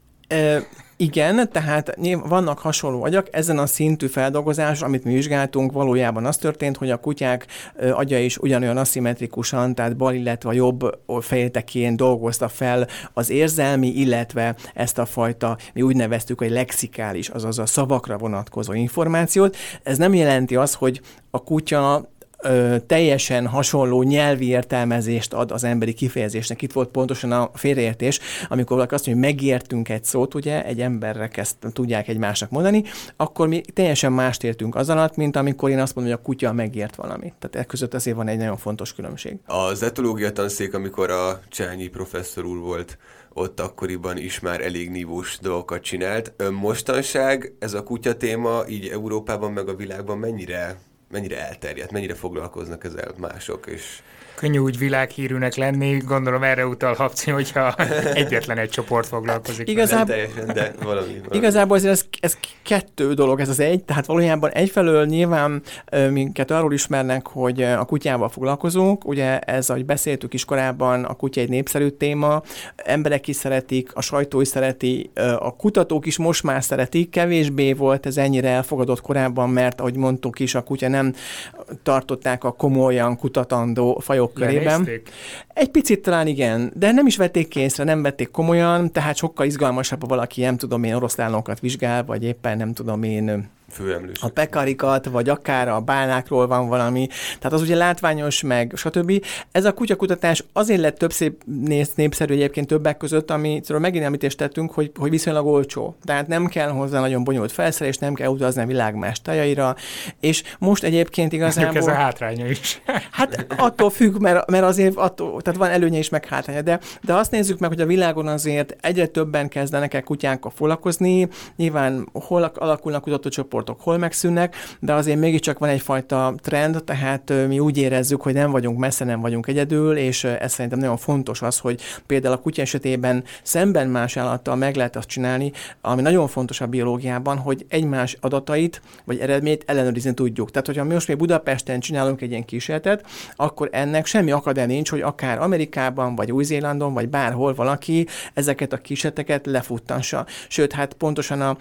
Igen, tehát vannak hasonló agyak, ezen a szintű feldolgozás, amit mi vizsgáltunk, valójában az történt, hogy a kutyák agya is ugyanolyan aszimmetrikusan, tehát bal, illetve a jobb féltekén dolgozta fel az érzelmi, illetve ezt a fajta, mi úgy neveztük, hogy lexikális, azaz a szavakra vonatkozó információt. Ez nem jelenti azt, hogy a kutya teljesen hasonló nyelvi értelmezést ad az emberi kifejezésnek. Itt volt pontosan a félreértés, amikor valaki azt mondja, hogy megértünk egy szót, ugye, egy emberrel ezt tudják egymásnak mondani, akkor mi teljesen mást értünk az alatt, mint amikor én azt mondom, hogy a kutya megért valamit. Tehát e között azért van egy nagyon fontos különbség. Az etológia tanszék, amikor a Csányi professzor úr volt, ott akkoriban is már elég nívós dolgokat csinált. Mostanság ez a kutya téma így Európában meg a világban mennyire elterjedt, mennyire foglalkoznak ezzel mások, és... Könnyű úgy világhírűnek lenni, gondolom erre utal Habci, hogyha egyetlen egy csoport foglalkozik. Nem teljesen, de valami. Igazából azért ez kettő dolog, ez az egy, tehát valójában egyfelől nyilván minket arról ismernek, hogy a kutyával foglalkozunk, ugye ez, ahogy beszéltük is korábban, a kutya egy népszerű téma, emberek is szeretik, a sajtó is szereti, a kutatók is most már szeretik, kevésbé volt ez ennyire elfogadott korábban, mert ahogy mondtuk is, a kutya nem tartották a komolyan kutatandó fajok körében. Lenézték? Egy picit talán igen, de nem is vették észre, nem vették komolyan, tehát sokkal izgalmasabb, ha valaki, nem tudom én, oroszlánokat vizsgál, vagy éppen nem tudom én, főemlősök. A pekarikat, vagy akár a bálnákról van valami. Tehát az ugye látványos, meg stb. Ez a kutyakutatás azért lett népszerű egyébként többek között, amitől megint említést tettünk, hogy viszonylag olcsó. Tehát nem kell hozzá nagyon bonyolult felszerelés, nem kell utazni a világ más tájaira, és most egyébként igazából... Ez a hátránya is. Hát attól függ, mert azért tehát van előnye is, meg hátránya, de azt nézzük meg, hogy a világon azért egyre többen kezdenek el kutyánkkal foglalkozni, nyilván hol alakulnak kutatócsoportok, hol megszűnnek, de azért mégiscsak van egyfajta trend, tehát mi úgy érezzük, hogy nem vagyunk messze, nem vagyunk egyedül, és ez szerintem nagyon fontos az, hogy például a kutya esetében szemben más állattal meg lehet azt csinálni, ami nagyon fontos a biológiában, hogy egymás adatait vagy eredményt ellenőrizni tudjuk. Tehát, hogyha mi most még Budapesten csinálunk egy ilyen kísérletet, akkor ennek semmi akadálya nincs, hogy akár Amerikában, vagy Új-Zélandon, vagy bárhol valaki ezeket a kísérleteket lefuttassa. Sőt, hát pontosan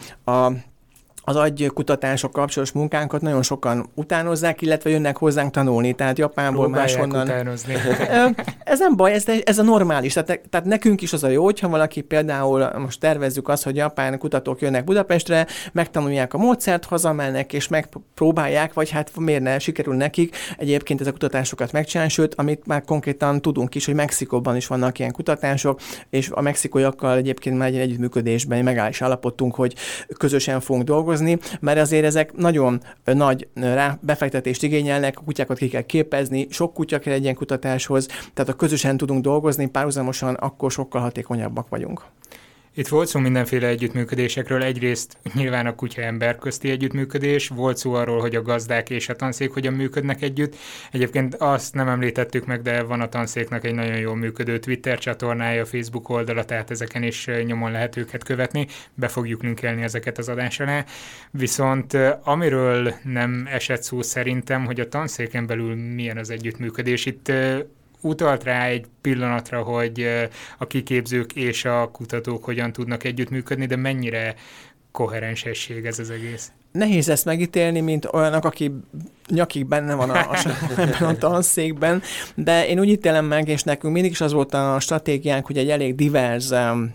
az agykutatások kapcsolatos munkánkat nagyon sokan utánozzák, illetve jönnek hozzánk tanulni, tehát Japánból máshonnan. Ez nem baj, ez a normális. Tehát nekünk is az a jó, hogyha valaki például, most tervezzük azt, hogy japán kutatók jönnek Budapestre, megtanulják a módszert, hazamennek és megpróbálják, vagy hát miért ne sikerül nekik egyébként ezek a kutatásokat megcsinálni, sőt, amit már konkrétan tudunk is, hogy Mexikóban is vannak ilyen kutatások, és a mexikóiakkal egyébként már egy együttműködésben megállás állapodtunk, hogy közösen fogunk dolgozni, mert azért ezek nagyon nagy befektetést igényelnek, a kutyákat ki kell képezni, sok kutya kell egy ilyen kutatáshoz, tehát ha közösen tudunk dolgozni, párhuzamosan, akkor sokkal hatékonyabbak vagyunk. Itt volt szó mindenféle együttműködésekről, egyrészt nyilván a kutya-ember közti együttműködés, volt szó arról, hogy a gazdák és a tanszék hogyan működnek együtt. Egyébként azt nem említettük meg, de van a tanszéknak egy nagyon jól működő Twitter csatornája, Facebook oldala, tehát ezeken is nyomon lehet őket követni, be fogjuk linkelni ezeket az adás alá. Viszont amiről nem esett szó szerintem, hogy a tanszéken belül milyen az együttműködés. Itt utalt rá egy pillanatra, hogy a kiképzők és a kutatók hogyan tudnak együttműködni, de mennyire koherensesség ez az egész? Nehéz ezt megítélni, mint olyanok, aki nyakig benne van ebben a tanszékben, de én úgy ítélem meg, és nekünk mindig is az volt a stratégiánk, hogy egy elég divers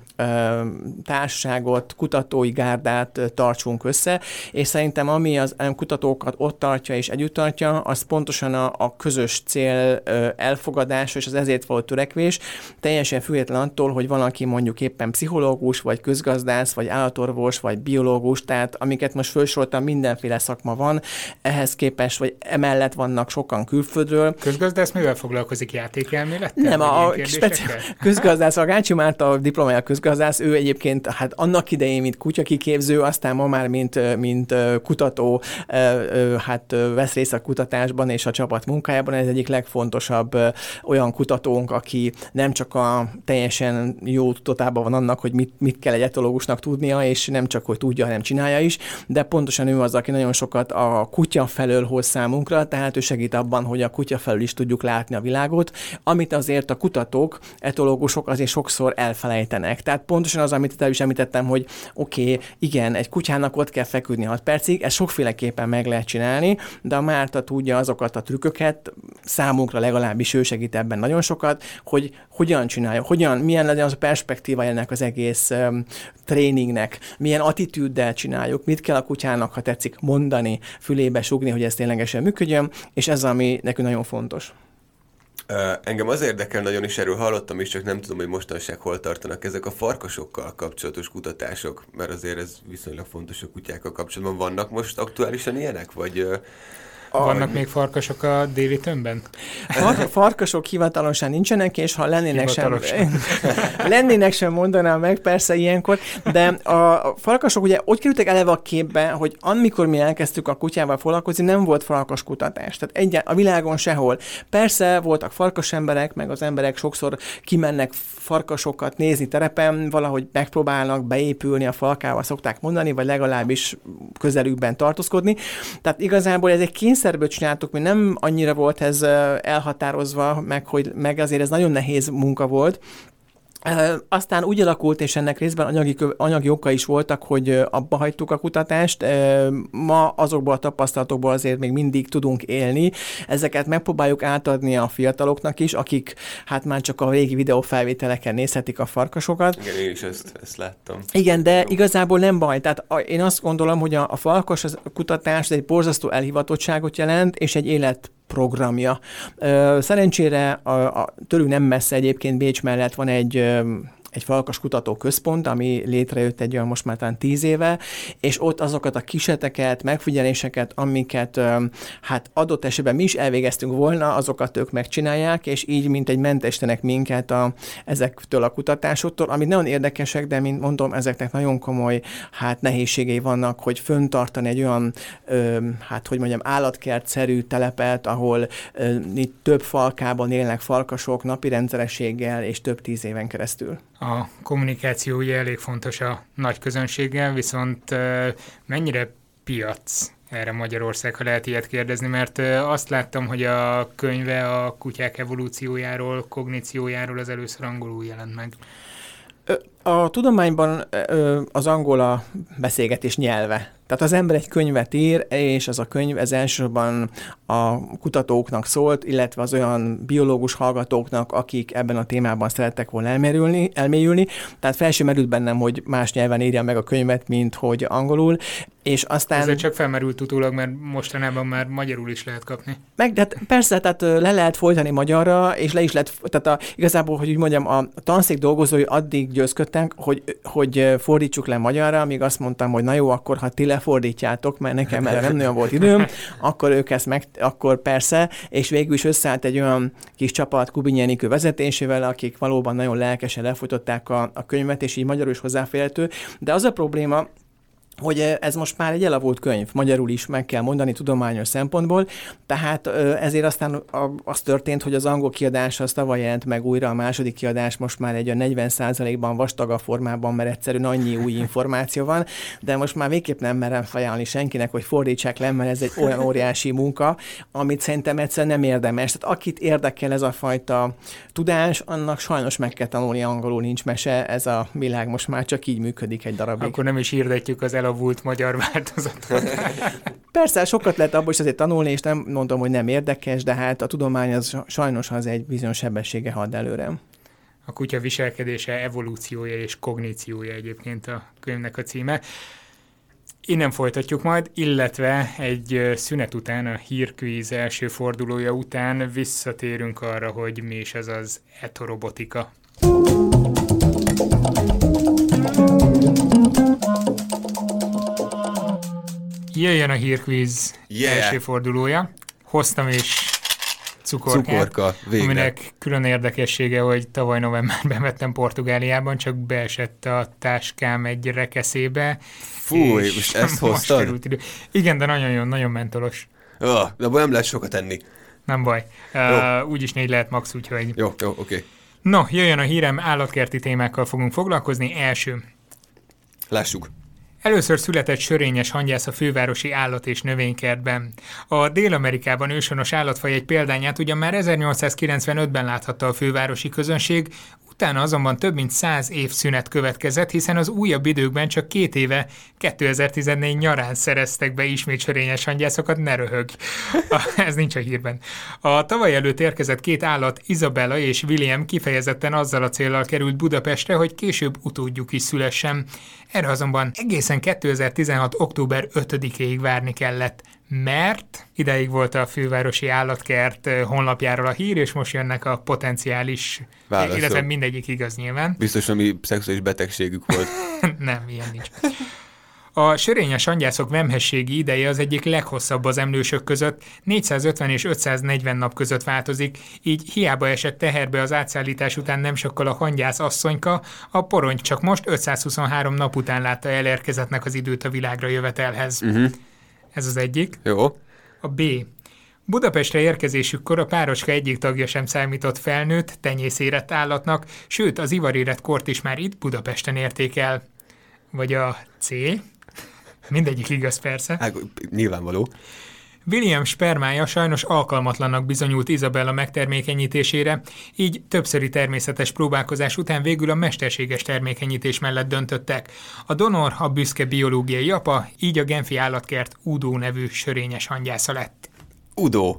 társaságot, kutatói gárdát tartsunk össze, és szerintem ami az kutatókat ott tartja és együtt tartja, az pontosan a közös cél elfogadása és az ezért való törekvés, teljesen független attól, hogy valaki mondjuk éppen pszichológus, vagy közgazdász, vagy állatorvos, vagy biológus, tehát amiket most felsoroltam, mindenféle szakma van, ehhez képest, vagy emellett vannak sokan külföldről. Közgazdász mivel foglalkozik, játékelmélettel? Nem, a közgazdász, a Gácsi Márta a diplomája közgazdász, ő egyébként hát annak idején, mint kutyakiképző, aztán ma már mint kutató, hát vesz részt a kutatásban és a csapat munkájában. Ez egyik legfontosabb olyan kutatónk, aki nem csak a teljesen jó tudatában van annak, hogy mit kell egy etológusnak tudnia, és nem csak, hogy tudja, hanem csinálja is, de pontosan ő az, aki nagyon sokat a kutya felől hoz számunkra, tehát ő segít abban, hogy a kutya felől is tudjuk látni a világot, amit azért a kutatók, etológusok azért sokszor elfelejtenek. Tehát pontosan az, amit el is említettem, hogy oké, igen, egy kutyának ott kell feküdni 6 percig, ezt sokféleképpen meg lehet csinálni, de a Márta tudja azokat a trükköket, számunkra legalábbis ő segít ebben nagyon sokat, hogy hogyan csinálja, milyen legyen az a perspektíva ennek az egész tréningnek, milyen attitűddel csináljuk, mit kell a kutyának, ha tetszik, mondani, fülébe sugni, hogy ez ténylegesen működjön, és ez, ami nekünk nagyon fontos. Engem az érdekel nagyon, és erről hallottam is, csak nem tudom, hogy mostanság hol tartanak ezek a farkasokkal kapcsolatos kutatások, mert azért ez viszonylag fontos a kutyákkal kapcsolatban. Vannak most aktuálisan ilyenek, vagy... Vannak még farkasok a déli tömbben? Farkasok hivatalosan nincsenek, és ha lennének sem mondanám meg, persze ilyenkor, de a farkasok ugye úgy kerültek eleve a képbe, hogy amikor mi elkezdtük a kutyával foglalkozni, nem volt farkaskutatás. Tehát a világon sehol. Persze voltak farkas emberek, meg az emberek sokszor kimennek farkasokat nézni terepen, valahogy megpróbálnak beépülni a falkával, szokták mondani, vagy legalábbis közelükben tartózkodni. Tehát igazából ez egy kényszerből csináltuk, mi nem annyira volt ez elhatározva, meg azért ez nagyon nehéz munka volt. Aztán úgy alakult, és ennek részben anyagi oka is voltak, hogy abba hagytuk a kutatást. Ma azokból a tapasztalatokból azért még mindig tudunk élni. Ezeket megpróbáljuk átadni a fiataloknak is, akik hát már csak a régi videófelvételeken nézhetik a farkasokat. Igen, én is ezt láttam. Igen, de igazából nem baj. Tehát én azt gondolom, hogy a farkas kutatás egy borzasztó elhivatottságot jelent, és egy életprogramja. Szerencsére tőlünk nem messze egyébként Bécs mellett van egy farkas kutatóközpont, ami létrejött egy olyan most már talán 10 éve, és ott azokat a kísérleteket, megfigyeléseket, amiket hát adott esetben mi is elvégeztünk volna, azokat ők megcsinálják, és így mint egy mentestenek minket ezektől a kutatásoktól, amit nagyon érdekesek, de mint mondom, ezeknek nagyon komoly nehézségei vannak, hogy föntartani egy olyan állatkertszerű telepet, ahol több falkában élnek farkasok napi rendszerességgel és több 10 éven keresztül. A kommunikáció ugye elég fontos a nagy közönséggel, viszont mennyire piac erre Magyarország, ha lehet ilyet kérdezni, mert azt láttam, hogy a könyve a kutyák evolúciójáról, kogníciójáról az először angolul jelent meg. A tudományban az angol a beszélgetés nyelve. Tehát az ember egy könyvet ír, és az a könyv ez elsősorban a kutatóknak szólt, illetve az olyan biológus hallgatóknak, akik ebben a témában szerettek volna elmélyülni. Tehát fel sem merült bennem, hogy más nyelven írja meg a könyvet, mint hogy angolul. És aztán... Ezért csak felmerült utólag, mert mostanában már magyarul is lehet kapni. Persze, tehát le lehet folytani magyarra, és le is lehet, tehát igazából, hogy úgy mondjam, a tanszék dolgozói addig győzködtek, hogy fordítsuk le magyarra, míg azt mondtam, hogy na jó, akkor ha ti lefordítjátok, mert nekem erre nem nagyon volt időm, akkor ők akkor persze, és végül is összeállt egy olyan kis csapat Kubinyi Enikő vezetésével, akik valóban nagyon lelkesen lefolytották a könyvet, és így magyarul is hozzáférhető. De az a probléma, hogy ez most már egy elavult könyv, magyarul is meg kell mondani tudományos szempontból, tehát ezért aztán az történt, hogy az angol kiadás az tavaly jelent meg újra, a második kiadás most már egy 40%-ban vastagabb formában, mert egyszerűen annyi új információ van, de most már végképp nem merem felajánlani senkinek, hogy fordítsák le, mert ez egy olyan óriási munka, amit szerintem egyszerűen nem érdemes. Tehát akit érdekel ez a fajta tudás, annak sajnos meg kell tanulni, angolul nincs mese, ez a világ most már csak így működik egy darabig. Akkor nem is hirdetjük az elavult magyar változatot. Persze, sokat lehet abból is azért tanulni, és nem mondom, hogy nem érdekes, de hát a tudomány az sajnos az egy bizonyos sebessége hadd előre. A kutya viselkedése, evolúciója és kogníciója egyébként a könyvnek a címe. Innen folytatjuk majd, illetve egy szünet után, a hírkvíz első fordulója után visszatérünk arra, hogy mi is ez az etorobotika. Jöjjön a hírkvíz első fordulója. Hoztam is cukorka, aminek külön érdekessége, hogy tavaly novemberben vettem Portugáliában, csak beesett a táskám egy rekeszébe. Fúj, most ezt hoztad? Igen, de nagyon jó, nagyon mentolos. De abban nem lehet sokat enni. Nem baj. Úgyis 4 lehet max, úgyhogy... Jó, oké. No, jöjjön a hírem, állatkerti témákkal fogunk foglalkozni. Első. Lássuk. Először született sörényes hangyász a fővárosi állat- és növénykertben. A Dél-Amerikában őshonos állatfaj egy példányát ugyan már 1895-ben láthatta a fővárosi közönség, utána azonban több mint 100 év szünet következett, hiszen az újabb időkben csak 2 éve, 2014 nyarán szereztek be ismét sörényes hangyászokat, ne röhögj. Ez nincs a hírben. A tavaly előtt érkezett 2 állat, Isabella és William kifejezetten azzal a céllal került Budapestre, hogy később utódjuk is szülessen. Erre azonban egészen 2016. október 5-éig várni kellett, mert ideig volt a fővárosi állatkert honlapjáról a hír, és most jönnek a potenciális, válaszok. Illetve mindegyik igaz nyilván. Biztos, ami szexuális betegségük volt. Nem, ilyen nincs. A sörényes hangyászok vemhességi ideje az egyik leghosszabb az emlősök között, 450 és 540 nap között változik, így hiába esett teherbe az átszállítás után nem sokkal a hangyász asszonyka, a porony csak most 523 nap után látta elérkezettnek az időt a világra jövetelhez. Ez az egyik. Jó. A B. Budapestre érkezésükkor a párocska egyik tagja sem számított felnőtt, tenyészérett állatnak, sőt az ivarérett kort is már itt Budapesten érték el. Vagy a C. Mindegyik igaz persze. Hát, nyilvánvaló. William spermája sajnos alkalmatlannak bizonyult Isabella megtermékenyítésére, így többszöri természetes próbálkozás után végül a mesterséges termékenyítés mellett döntöttek. A donor a büszke biológiai apa, így a Genfi állatkert Udo nevű sörényes hangyásza lett. Udo.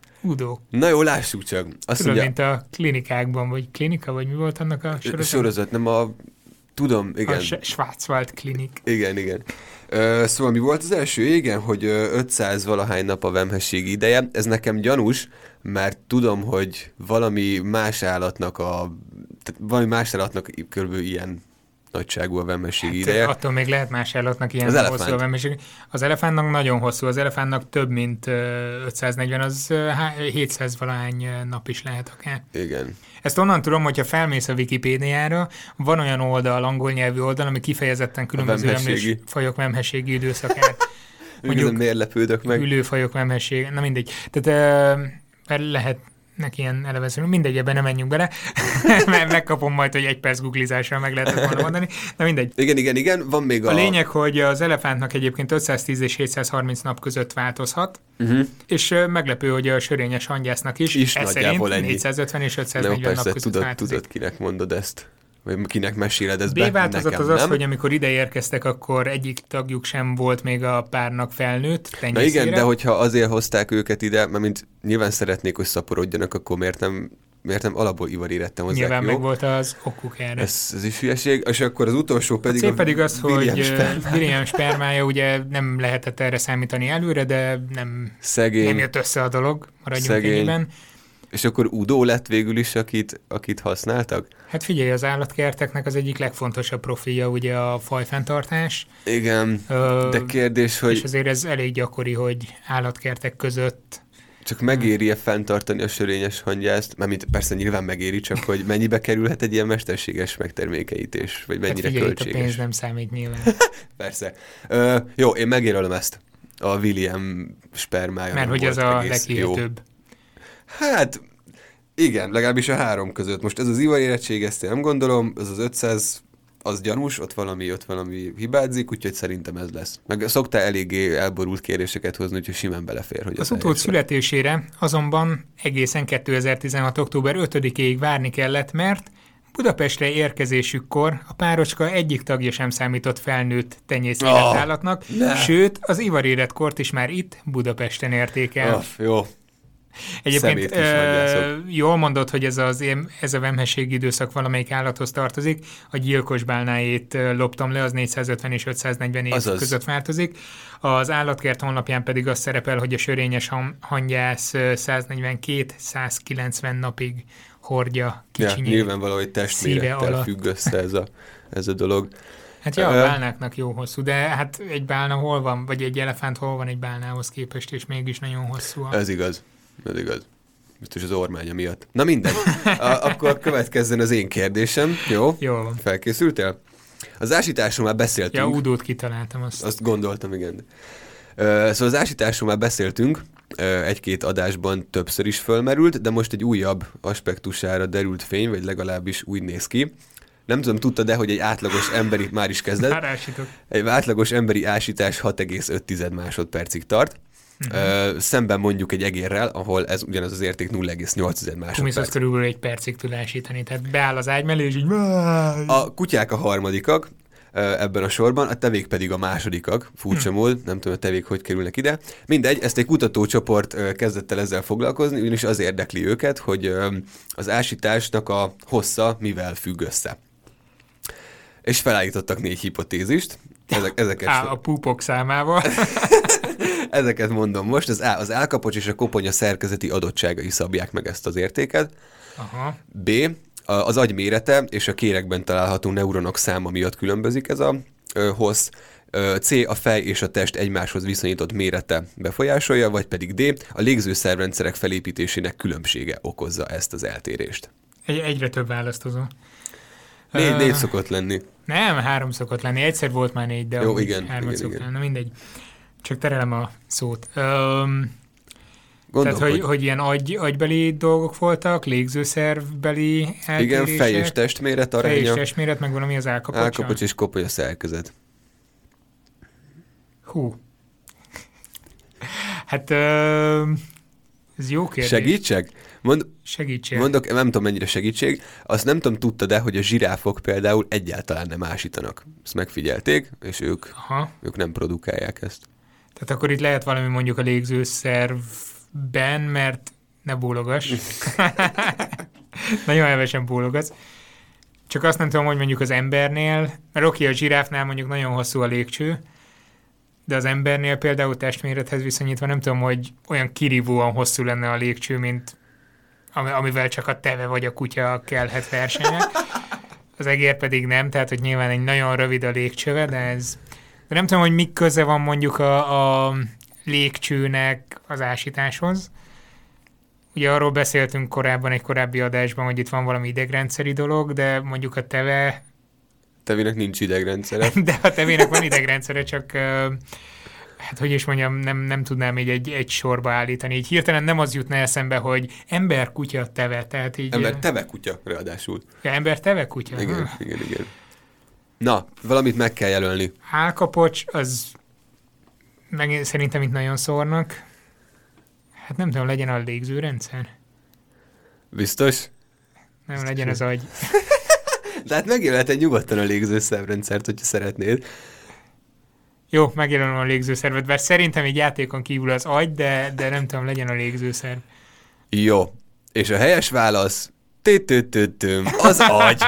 Na jó, lássuk csak. Azt tudod, mint a klinikákban, vagy klinika, vagy mi volt annak a sorozat? Sorozat, nem a... Tudom, igen. A Schwarzwald Klinik. Igen. Szóval mi volt az első? Igen, hogy 500 valahány nap a vemhességi ideje. Ez nekem gyanús, mert tudom, hogy valami más állatnak körülbelül ilyen nagyságú a vemhességi ideje. Attól még lehet más állatnak ilyen hosszú a vemhességi. Az elefántnak nagyon hosszú, az elefántnak több mint 540, az 700 valahány nap is lehet akár. Igen. Ezt onnan tudom, hogyha felmész a Wikipédiára, van olyan oldal, angol nyelvű oldal, ami kifejezetten különböző emlősfajok vemhességi időszakát. Mondjuk miért lepődök meg? Hüllőfajok vemhessége, na mindegy. Tehát lehetnek ilyen elevezők, mindegy, ebben nem menjünk bele, mert megkapom majd, hogy 1 perc googlizással meg lehetett volna mondani, na mindegy. Igen, van még a lényeg, hogy az elefántnak egyébként 510 és 730 nap között változhat, és meglepő, hogy a sörényes hangyásznak is ez szerint 450 és 540 nap között változik. Tudod, kinek mondod ezt? Vagy kinek meséled ezt be? B változat az az, hogy amikor ide érkeztek, akkor egyik tagjuk sem volt még a párnak felnőtt tenyészére. Na igen, de hogyha azért hozták őket ide, mert mint nyilván szeretnék, hogy szaporodjanak, akkor miért nem alapból ivarérettem hozzá. Nyilván meg volt az okuk erre. Ez is hülyeség, és akkor az utolsó pedig a pedig az, hogy William spermája ugye nem lehetett erre számítani előre, de nem jött össze a dolog, maradjunk ennyiben. És akkor Udo lett végül is, akit használtak? Hát figyelj, az állatkerteknek az egyik legfontosabb profilja ugye a fajfenntartás. Igen, de kérdés, hogy... És azért ez elég gyakori, hogy állatkertek között... Csak megéri-e fenntartani a sörényes hangyászt? Mármint persze nyilván megéri, csak hogy mennyibe kerülhet egy ilyen mesterséges megtermékenyítés? Vagy mennyire hát figyelj, költséges? A pénz nem számít nyilván. Persze. Jó, én megjelölöm ezt. A William spermája. Mert hogy az a leghihetőbb. Hát, igen, legalábbis a 3 között. Most ez az ivarérettség, ezt én nem gondolom, az 500, az gyanús, ott valami hibázik, úgyhogy szerintem ez lesz. Meg szoktál eléggé elborult kérdéseket hozni, úgyhogy simán belefér, hogy az utód születésére azonban egészen 2016. október 5-éig várni kellett, mert Budapestre érkezésükkor a párocska egyik tagja sem számított felnőtt tenyészérett állatnak, sőt, az ivarérett kort is már itt Budapesten érték el. Jó. Egyébként jól mondod, hogy ez a vemhességi időszak valamelyik állathoz tartozik. A gyilkos bálnájét loptam le, az 450 és 540 év között változik. Az állatkert honlapján pedig az szerepel, hogy a sörényes hangyász 142-190 napig hordja kicsinyét. Nyilván valahogy testmérettel függ össze ez a dolog. Hát ja, a bálnáknak jó hosszú, de hát egy bálna hol van, vagy egy elefánt hol van egy bálnához képest, és mégis nagyon hosszú. Ez igaz. Biztos az ormánya miatt. Na mindegy. Akkor következzen az én kérdésem. Jó? Jól van. Felkészültél? Az ásításról már beszéltünk. Ja, Udót kitaláltam azt. Azt gondoltam, igen. Szóval az ásításról már beszéltünk, egy-két adásban többször is fölmerült, de most egy újabb aspektusára derült fény, vagy legalábbis úgy néz ki. Nem tudom, tudtad-e, hogy egy átlagos emberi, már is kezdett, Már ásítok. egy átlagos emberi ásítás 6,5 másodpercig tart. Szemben mondjuk egy egérrel, ahol ez ugyanaz az érték 0,8 másodperc. Kumisz körülbelül egy percig tud ásítani, tehát beáll az ágy mellé, és így... A kutyák a harmadikak ebben a sorban, a tevék pedig a másodikak. Furcsa mód, nem tudom, a tevék hogy kerülnek ide. Mindegy, ezt egy kutatócsoport kezdett el ezzel foglalkozni, ugyanis az érdekli őket, hogy az ásításnak a hossza mivel függ össze. És felállítottak 4 hipotézist. A púpok számával. Ezeket mondom most. Az állkapocs és a koponya szerkezeti adottságai szabják meg ezt az értéket. Aha. B. Az agy mérete és a kérekben található neuronok száma miatt különbözik ez a hossz. C. A fej és a test egymáshoz viszonyított mérete befolyásolja, vagy pedig D. A légzőszervrendszerek felépítésének különbsége okozza ezt az eltérést. Egyre több választozó. 4 szokott lenni. Nem, 3 szokott lenni. Egyszer volt már 4, de jó, igen, 3 szokott lenni. Na mindegy. Csak terelem a szót. Tehát, hogy ilyen agybeli dolgok voltak, légzőszervbeli eltérések. Igen, fej és testméret aránya. Fej és testméret, meg valami az állkapocs. Állkapocs és koponya szerkezet. Hú. Hát ez jó kérdés. Segítsek? Segítség. Mondok, nem tudom mennyire segítség. Azt nem tudom, tudtad-e, hogy a zsiráfok például egyáltalán nem ásítanak. Ezt megfigyelték, és ők nem produkálják ezt. Tehát akkor itt lehet valami mondjuk a légzőszervben, mert ne bólogass. Nagyon hevesen bólogatsz. Csak azt nem tudom, hogy mondjuk az embernél, mert oké, a zsiráfnál mondjuk nagyon hosszú a légcső, de az embernél például testmérethez viszonyítva nem tudom, hogy olyan kirívóan hosszú lenne a légcső, mint amivel csak a teve vagy a kutya kellhet versenyek. Az egér pedig nem, tehát hogy nyilván egy nagyon rövid a légcsöve, de nem tudom, hogy mi köze van mondjuk a légcsőnek az ásításhoz. Ugye arról beszéltünk korábban egy korábbi adásban, hogy itt van valami idegrendszeri dolog, de mondjuk a tevének nincs idegrendszere. De a tevének van idegrendszere, csak hát hogy is mondjam, nem tudnám így egy sorba állítani. Így hirtelen nem az jutna eszembe, hogy ember, kutya, teve. Tehát így, ember, teve, kutya ráadásul. Ja, ember, teve, kutya. Igen. Na, valamit meg kell jelölni. Állkapocs, az meg szerintem itt nagyon szórnak. Hát nem tudom, legyen a légzőrendszer. Biztos? Nem, legyen az agy. De hát megjelölheted nyugodtan a légzőszervrendszert, hogyha szeretnéd. Jó, megjelölöm a légzőszervet, bár szerintem egy játékon kívül az agy, de nem tudom, legyen a légzőszerv. Jó. És a helyes válasz az agy.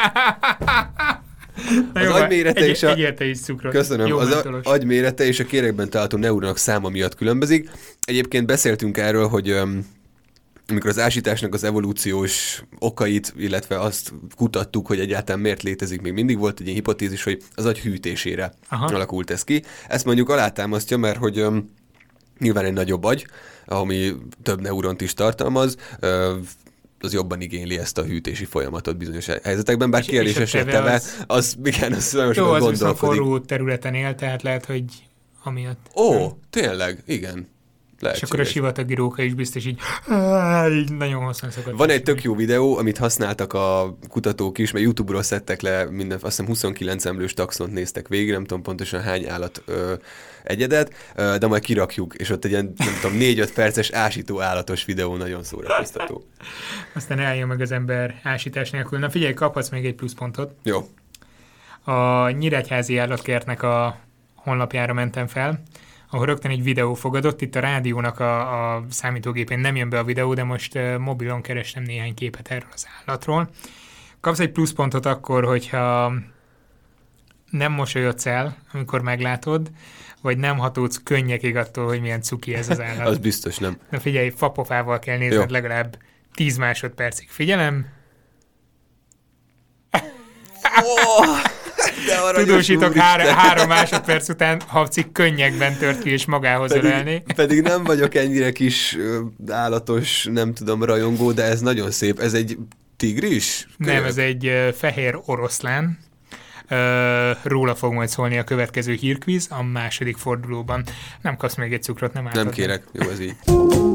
Az agymérete és köszönöm, az agymérete és a kérekben található neuronok száma miatt különbözik. Egyébként beszéltünk erről, hogy amikor az ásításnak az evolúciós okait, illetve azt kutattuk, hogy egyáltalán miért létezik, még mindig volt egy ilyen hipotézis, hogy az agy hűtésére alakult ez ki. Ezt mondjuk alátámasztja, mert hogy nyilván egy nagyobb agy, ami több neuront is tartalmaz, az jobban igényli ezt a hűtési folyamatot bizonyos helyzetekben, bár kérdéses a teve, az nagyon sokat gondolkodik. Az viszont forró területen él, tehát lehet, hogy amiatt. Tényleg, igen. És akkor a sivatagi róka is biztos így nagyon hosszan szokott. Van egy tök jó videó, amit használtak a kutatók is, mert YouTube-ról szedtek le azt hiszem 29 emlős taxont néztek végig, nem tudom pontosan hány állat egyedet, de majd kirakjuk, és ott egy ilyen, nem tudom, 4-5 perces ásító állatos videó nagyon szórakoztató. Aztán eljön meg az ember ásítás nélkül. Na figyelj, kaphatsz még egy pluszpontot. Jó. A Nyíregyházi Állatkertnek a honlapjára mentem fel, ahol rögtön egy videó fogadott. Itt a rádiónak a számítógépén nem jön be a videó, de most mobilon kerestem néhány képet erről az állatról. Kapsz egy pluszpontot akkor, hogyha nem mosolyodsz el, amikor meglátod, vagy nem hatódsz könnyekig attól, hogy milyen cuki ez az állat. Az biztos nem. Na figyelj, fapofával kell nézned legalább 10 másodpercig. Figyelem! Tudósítok 3 másodperc után Habcik könnyekben tört ki és magához ölelni. Pedig nem vagyok ennyire kis állatos, nem tudom, rajongó, de ez nagyon szép. Ez egy tigris? Nem, ez egy fehér oroszlán. Róla fog majd szólni a következő hírkvíz a második fordulóban. Nem kapsz még egy cukrot, nem ártad. Nem kérek, jó, ez így.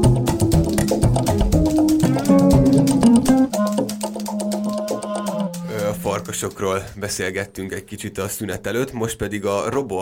A farkasokról beszélgettünk egy kicsit a szünet előtt, most pedig a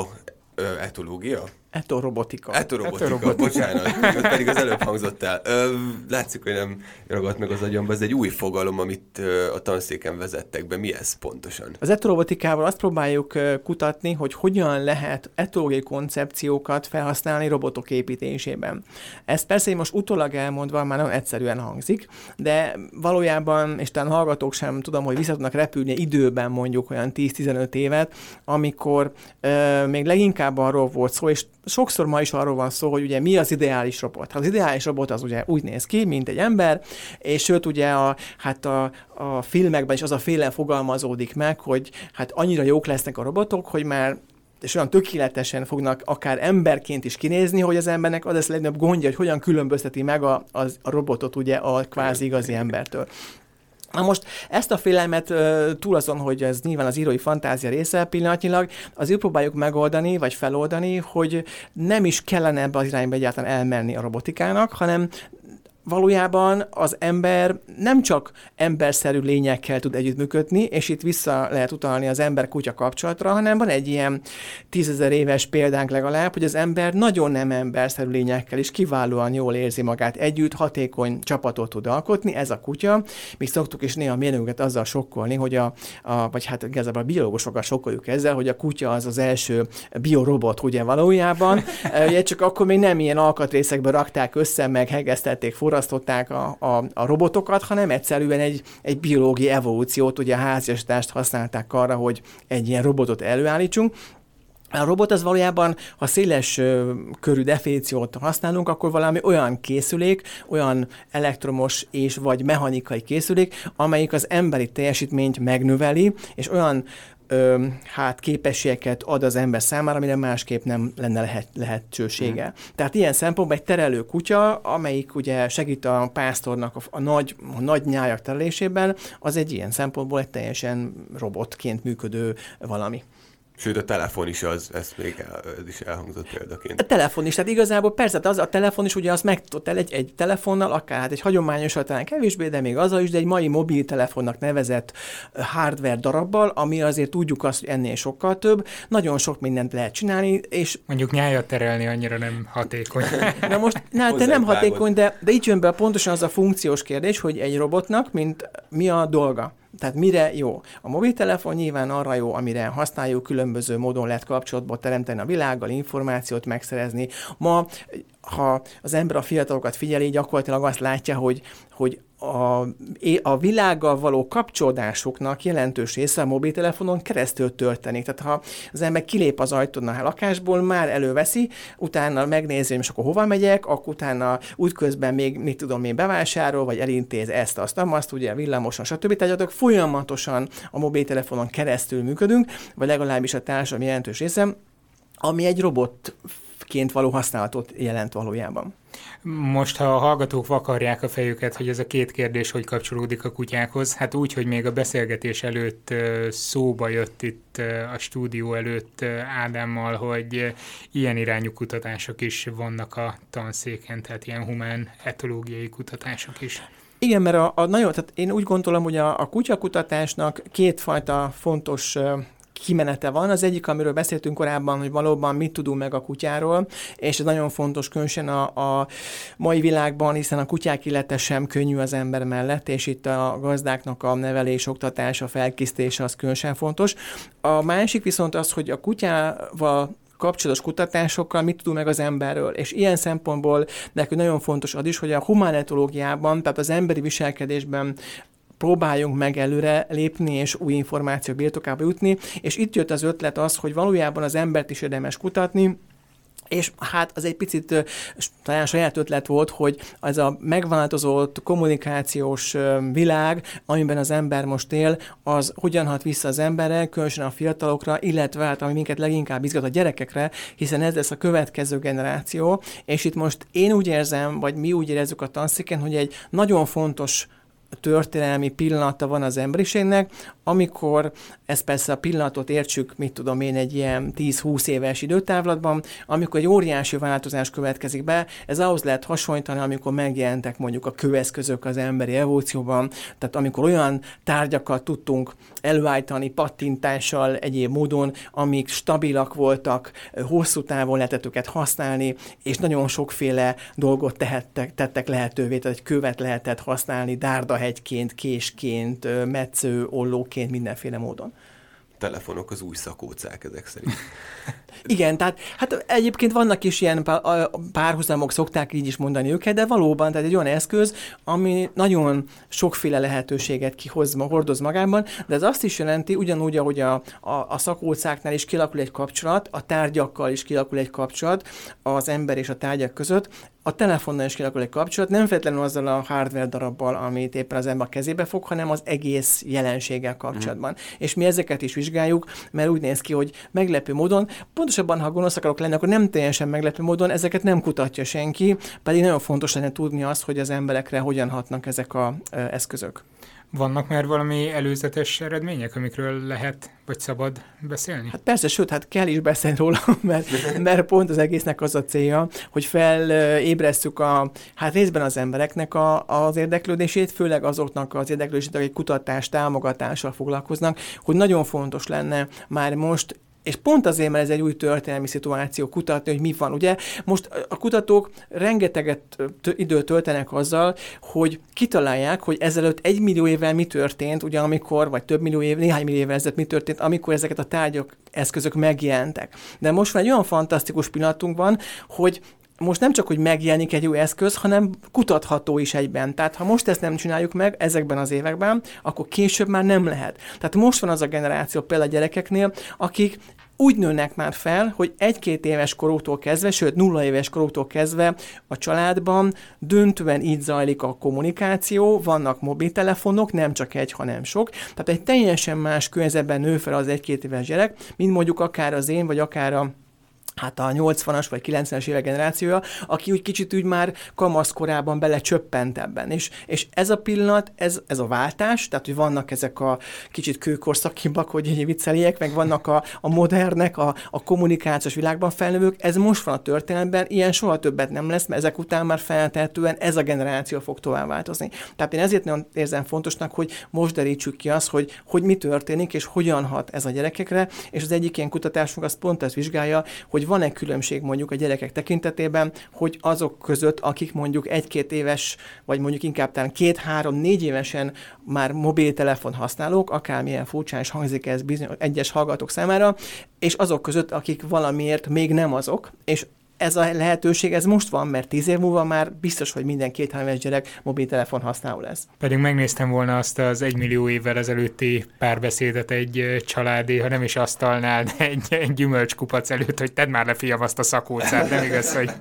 etológia? Etorobotika, bocsánat, pedig az előbb hangzott el. Látszik, hogy nem ragadt meg az agyamba, ez egy új fogalom, amit a tanszéken vezettek be. Mi ez pontosan? Az etorobotikával azt próbáljuk kutatni, hogy hogyan lehet etológiai koncepciókat felhasználni robotok építésében. Ez persze most utólag elmondva már nagyon egyszerűen hangzik, de valójában, és talán hallgatók sem tudom, hogy vissza tudnak repülni időben mondjuk olyan 10-15 évet, amikor még leginkább arról volt szó, és sokszor ma is arról van szó, hogy ugye mi az ideális robot. Az ideális robot az ugye úgy néz ki, mint egy ember, és sőt ugye a filmekben is az a félelem fogalmazódik meg, hogy hát annyira jók lesznek a robotok, hogy már és olyan tökéletesen fognak akár emberként is kinézni, hogy az embernek az lesz a legnagyobb gondja, hogy hogyan különbözteti meg a robotot ugye a kvázi igazi embertől. Na most ezt a félelmet túl azon, hogy ez nyilván az írói fantázia része pillanatnyilag, azért próbáljuk megoldani, vagy feloldani, hogy nem is kellene ebbe az irányba egyáltalán elmenni a robotikának, hanem valójában az ember nem csak emberszerű lényekkel tud együttműködni, és itt vissza lehet utalni az ember-kutya kapcsolatra, hanem van egy ilyen 10 000 éves példánk legalább, hogy az ember nagyon nem emberszerű lényekkel is kiválóan jól érzi magát együtt, hatékony csapatot tud alkotni, ez a kutya. Mi szoktuk is néha a mérnököket azzal sokkolni, hogy vagy hát igazából a biológusokat sokkoljuk ezzel, hogy a kutya az első biorobot, ugye valójában. Ugye csak akkor még nem ilyen alkatrészekbe rakták össze, meg hegesztették, forrasztották a robotokat, hanem egyszerűen egy biológiai evolúciót, ugye a háziasítást használták arra, hogy egy ilyen robotot előállítsunk. A robot az valójában, ha széles körű definíciót használunk, akkor valami olyan készülék, olyan elektromos és vagy mechanikai készülék, amelyik az emberi teljesítményt megnöveli, és olyan képességeket ad az ember számára, amire másképp nem lenne lehetősége. Tehát ilyen szempontból egy terelő kutya, amelyik ugye segít a pásztornak a nagy nyájak terelésében, az egy ilyen szempontból egy teljesen robotként működő valami. Sőt, a telefon is ez is elhangzott példaként. A telefon is, tehát igazából persze, a telefon is ugye azt megtudott el egy telefonnal, akár hát egy hagyományos, talán kevésbé, de még azzal is, de egy mai mobiltelefonnak nevezett hardware darabbal, ami azért tudjuk azt, hogy ennél sokkal több, nagyon sok mindent lehet csinálni, és... Mondjuk nyájat terelni annyira nem hatékony. Na most, te nem hatékony, de itt jön be pontosan az a funkciós kérdés, hogy egy robotnak, mi a dolga. Tehát mire jó? A mobiltelefon nyilván arra jó, amire használjuk, különböző módon lehet kapcsolatba teremteni a világgal, információt megszerezni. Ma, ha az ember a fiatalokat figyeli, gyakorlatilag azt látja, hogy a világgal való kapcsolódásoknak jelentős része a mobiltelefonon keresztül történik. Tehát ha az ember kilép az ajtón a lakásból, már előveszi, utána megnézi, és akkor hova megyek, akkor utána útközben még bevásárol, vagy elintéz ezt, azt, ugye villamosan, stb. Tehát folyamatosan a mobiltelefonon keresztül működünk, vagy legalábbis a társadalom jelentős része, ami egy robotként való használatot jelent valójában. Most, ha a hallgatók vakarják a fejüket, hogy ez a két kérdés hogy kapcsolódik a kutyákhoz, hát úgy, hogy még a beszélgetés előtt szóba jött itt a stúdió előtt Ádámmal, hogy ilyen irányú kutatások is vannak a tanszéken, tehát ilyen humán etológiai kutatások is. Igen, mert tehát én úgy gondolom, hogy a kutyakutatásnak kétfajta fontos kimenete van. Az egyik, amiről beszéltünk korábban, hogy valóban mit tudunk meg a kutyáról, és ez nagyon fontos különösen a mai világban, hiszen a kutyák élete sem könnyű az ember mellett, és itt a gazdáknak a nevelés, oktatása, felkészítése az különösen fontos. A másik viszont az, hogy a kutyával kapcsolatos kutatásokkal mit tudunk meg az emberről. És ilyen szempontból nekünk nagyon fontos az is, hogy a humánetológiában, tehát az emberi viselkedésben próbáljunk meg előre lépni, és új információk birtokába jutni, és itt jött az ötlet az, hogy valójában az embert is érdemes kutatni, És hát az egy picit talán saját ötlet volt, hogy ez a megváltozott kommunikációs világ, amiben az ember most él, az hogyan hat vissza az emberre, különösen a fiatalokra, illetve hát ami minket leginkább izgat a gyerekekre, hiszen ez lesz a következő generáció, és itt most én úgy érzem, vagy mi úgy érezzük a tanszéken, hogy egy nagyon fontos történelmi pillanata van az emberiségnek, amikor, ezt persze a pillanatot értsük, mit tudom én, egy ilyen 10-20 éves időtávlatban, amikor egy óriási változás következik be, ez ahhoz lehet hasonlítani, amikor megjelentek mondjuk a kőeszközök az emberi evolúcióban, tehát amikor olyan tárgyakat tudtunk előállítani pattintással egyéb módon, amik stabilak voltak, hosszú távon lehetett őket használni, és nagyon sokféle dolgot tettek lehetővé, tehát egy követ lehetett használni dárdahegyként, késként, metsző, ollóként, mindenféle módon. Telefonok az új szakócák ezek szerint. Igen, tehát hát egyébként vannak is ilyen párhuzamok, szokták így is mondani őket, de valóban, tehát egy olyan eszköz, ami nagyon sokféle lehetőséget hordoz magában, de ez azt is jelenti, ugyanúgy, ahogy a szakócáknál is kialakul egy kapcsolat, a tárgyakkal is kialakul egy kapcsolat az ember és a tárgyak között, a telefonnal is kialakul egy kapcsolat, nem feltétlenül azzal a hardware darabbal, amit éppen az ember a kezébe fog, hanem az egész jelenséggel kapcsolatban. És mi ezeket is vizsgáljuk, mert úgy néz ki, hogy meglepő módon, pontosabban, ha gonosz akarok lenni, akkor nem teljesen meglepő módon, ezeket nem kutatja senki, pedig nagyon fontos lenne tudni azt, hogy az emberekre hogyan hatnak ezek az eszközök. Vannak már valami előzetes eredmények, amikről lehet vagy szabad beszélni? Hát persze, sőt, hát kell is beszélni róla, mert pont az egésznek az a célja, hogy felébresztjük hát részben az embereknek az érdeklődését, főleg azoknak az érdeklődését, akik kutatás, támogatással foglalkoznak, hogy nagyon fontos lenne már most, és pont azért, mert ez egy új történelmi szituáció, kutatni, hogy mi van. Ugye most a kutatók rengeteget időt töltenek azzal, hogy kitalálják, hogy ezelőtt 1 millió évvel mi történt, ugye amikor, vagy több millió év, néhány millió évvel ezelőtt mi történt, amikor ezeket a tárgyak, eszközök megjelentek. De most már egy olyan fantasztikus pillanatunk van, hogy most nem csak, hogy megjelenik egy új eszköz, hanem kutatható is egyben. Tehát ha most ezt nem csináljuk meg ezekben az években, akkor később már nem lehet. Tehát most van az a generáció például a gyerekeknél, akik úgy nőnek már fel, hogy 1-2 éves koruktól kezdve, sőt 0 éves koruktól kezdve a családban döntően így zajlik a kommunikáció, vannak mobiltelefonok, nem csak egy, hanem sok. Tehát egy teljesen más környezetben nő fel az 1-2 éves gyerek, mint mondjuk akár az én, vagy akár a 80-as vagy 90-es évek generációja, aki úgy kicsit úgy már kamaszkorában belecsöppent ebben. És ez a pillanat, ez a váltás, tehát hogy vannak ezek a kicsit kőkorszakibbak, hogy egy vicceljek, meg vannak a modernek, a kommunikációs világban felnövők, ez most van a történelemben, ilyen soha többet nem lesz, mert ezek után már feltehetően ez a generáció fog tovább változni. Tehát én ezért nagyon érzem fontosnak, hogy most derítsük ki azt, hogy mi történik, és hogyan hat ez a gyerekekre, és az egyik ilyen kutatásunk az pont ezt vizsgálja, hogy van-e különbség mondjuk a gyerekek tekintetében, hogy azok között, akik mondjuk 1-2 éves, vagy mondjuk inkább talán 2-3-4 évesen már mobiltelefon használók, akármilyen furcsán is hangzik ez egyes hallgatók számára, és azok között, akik valamiért még nem azok, és ez a lehetőség, ez most van, mert 10 év múlva már biztos, hogy minden 2-3 éves gyerek mobiltelefon használó lesz. Pedig megnéztem volna azt az 1 millió évvel ezelőtti párbeszédet egy családi, ha nem is asztalnál, de egy gyümölcskupac előtt, hogy tedd már le, fiam, azt a szakócát, nem igaz, hogy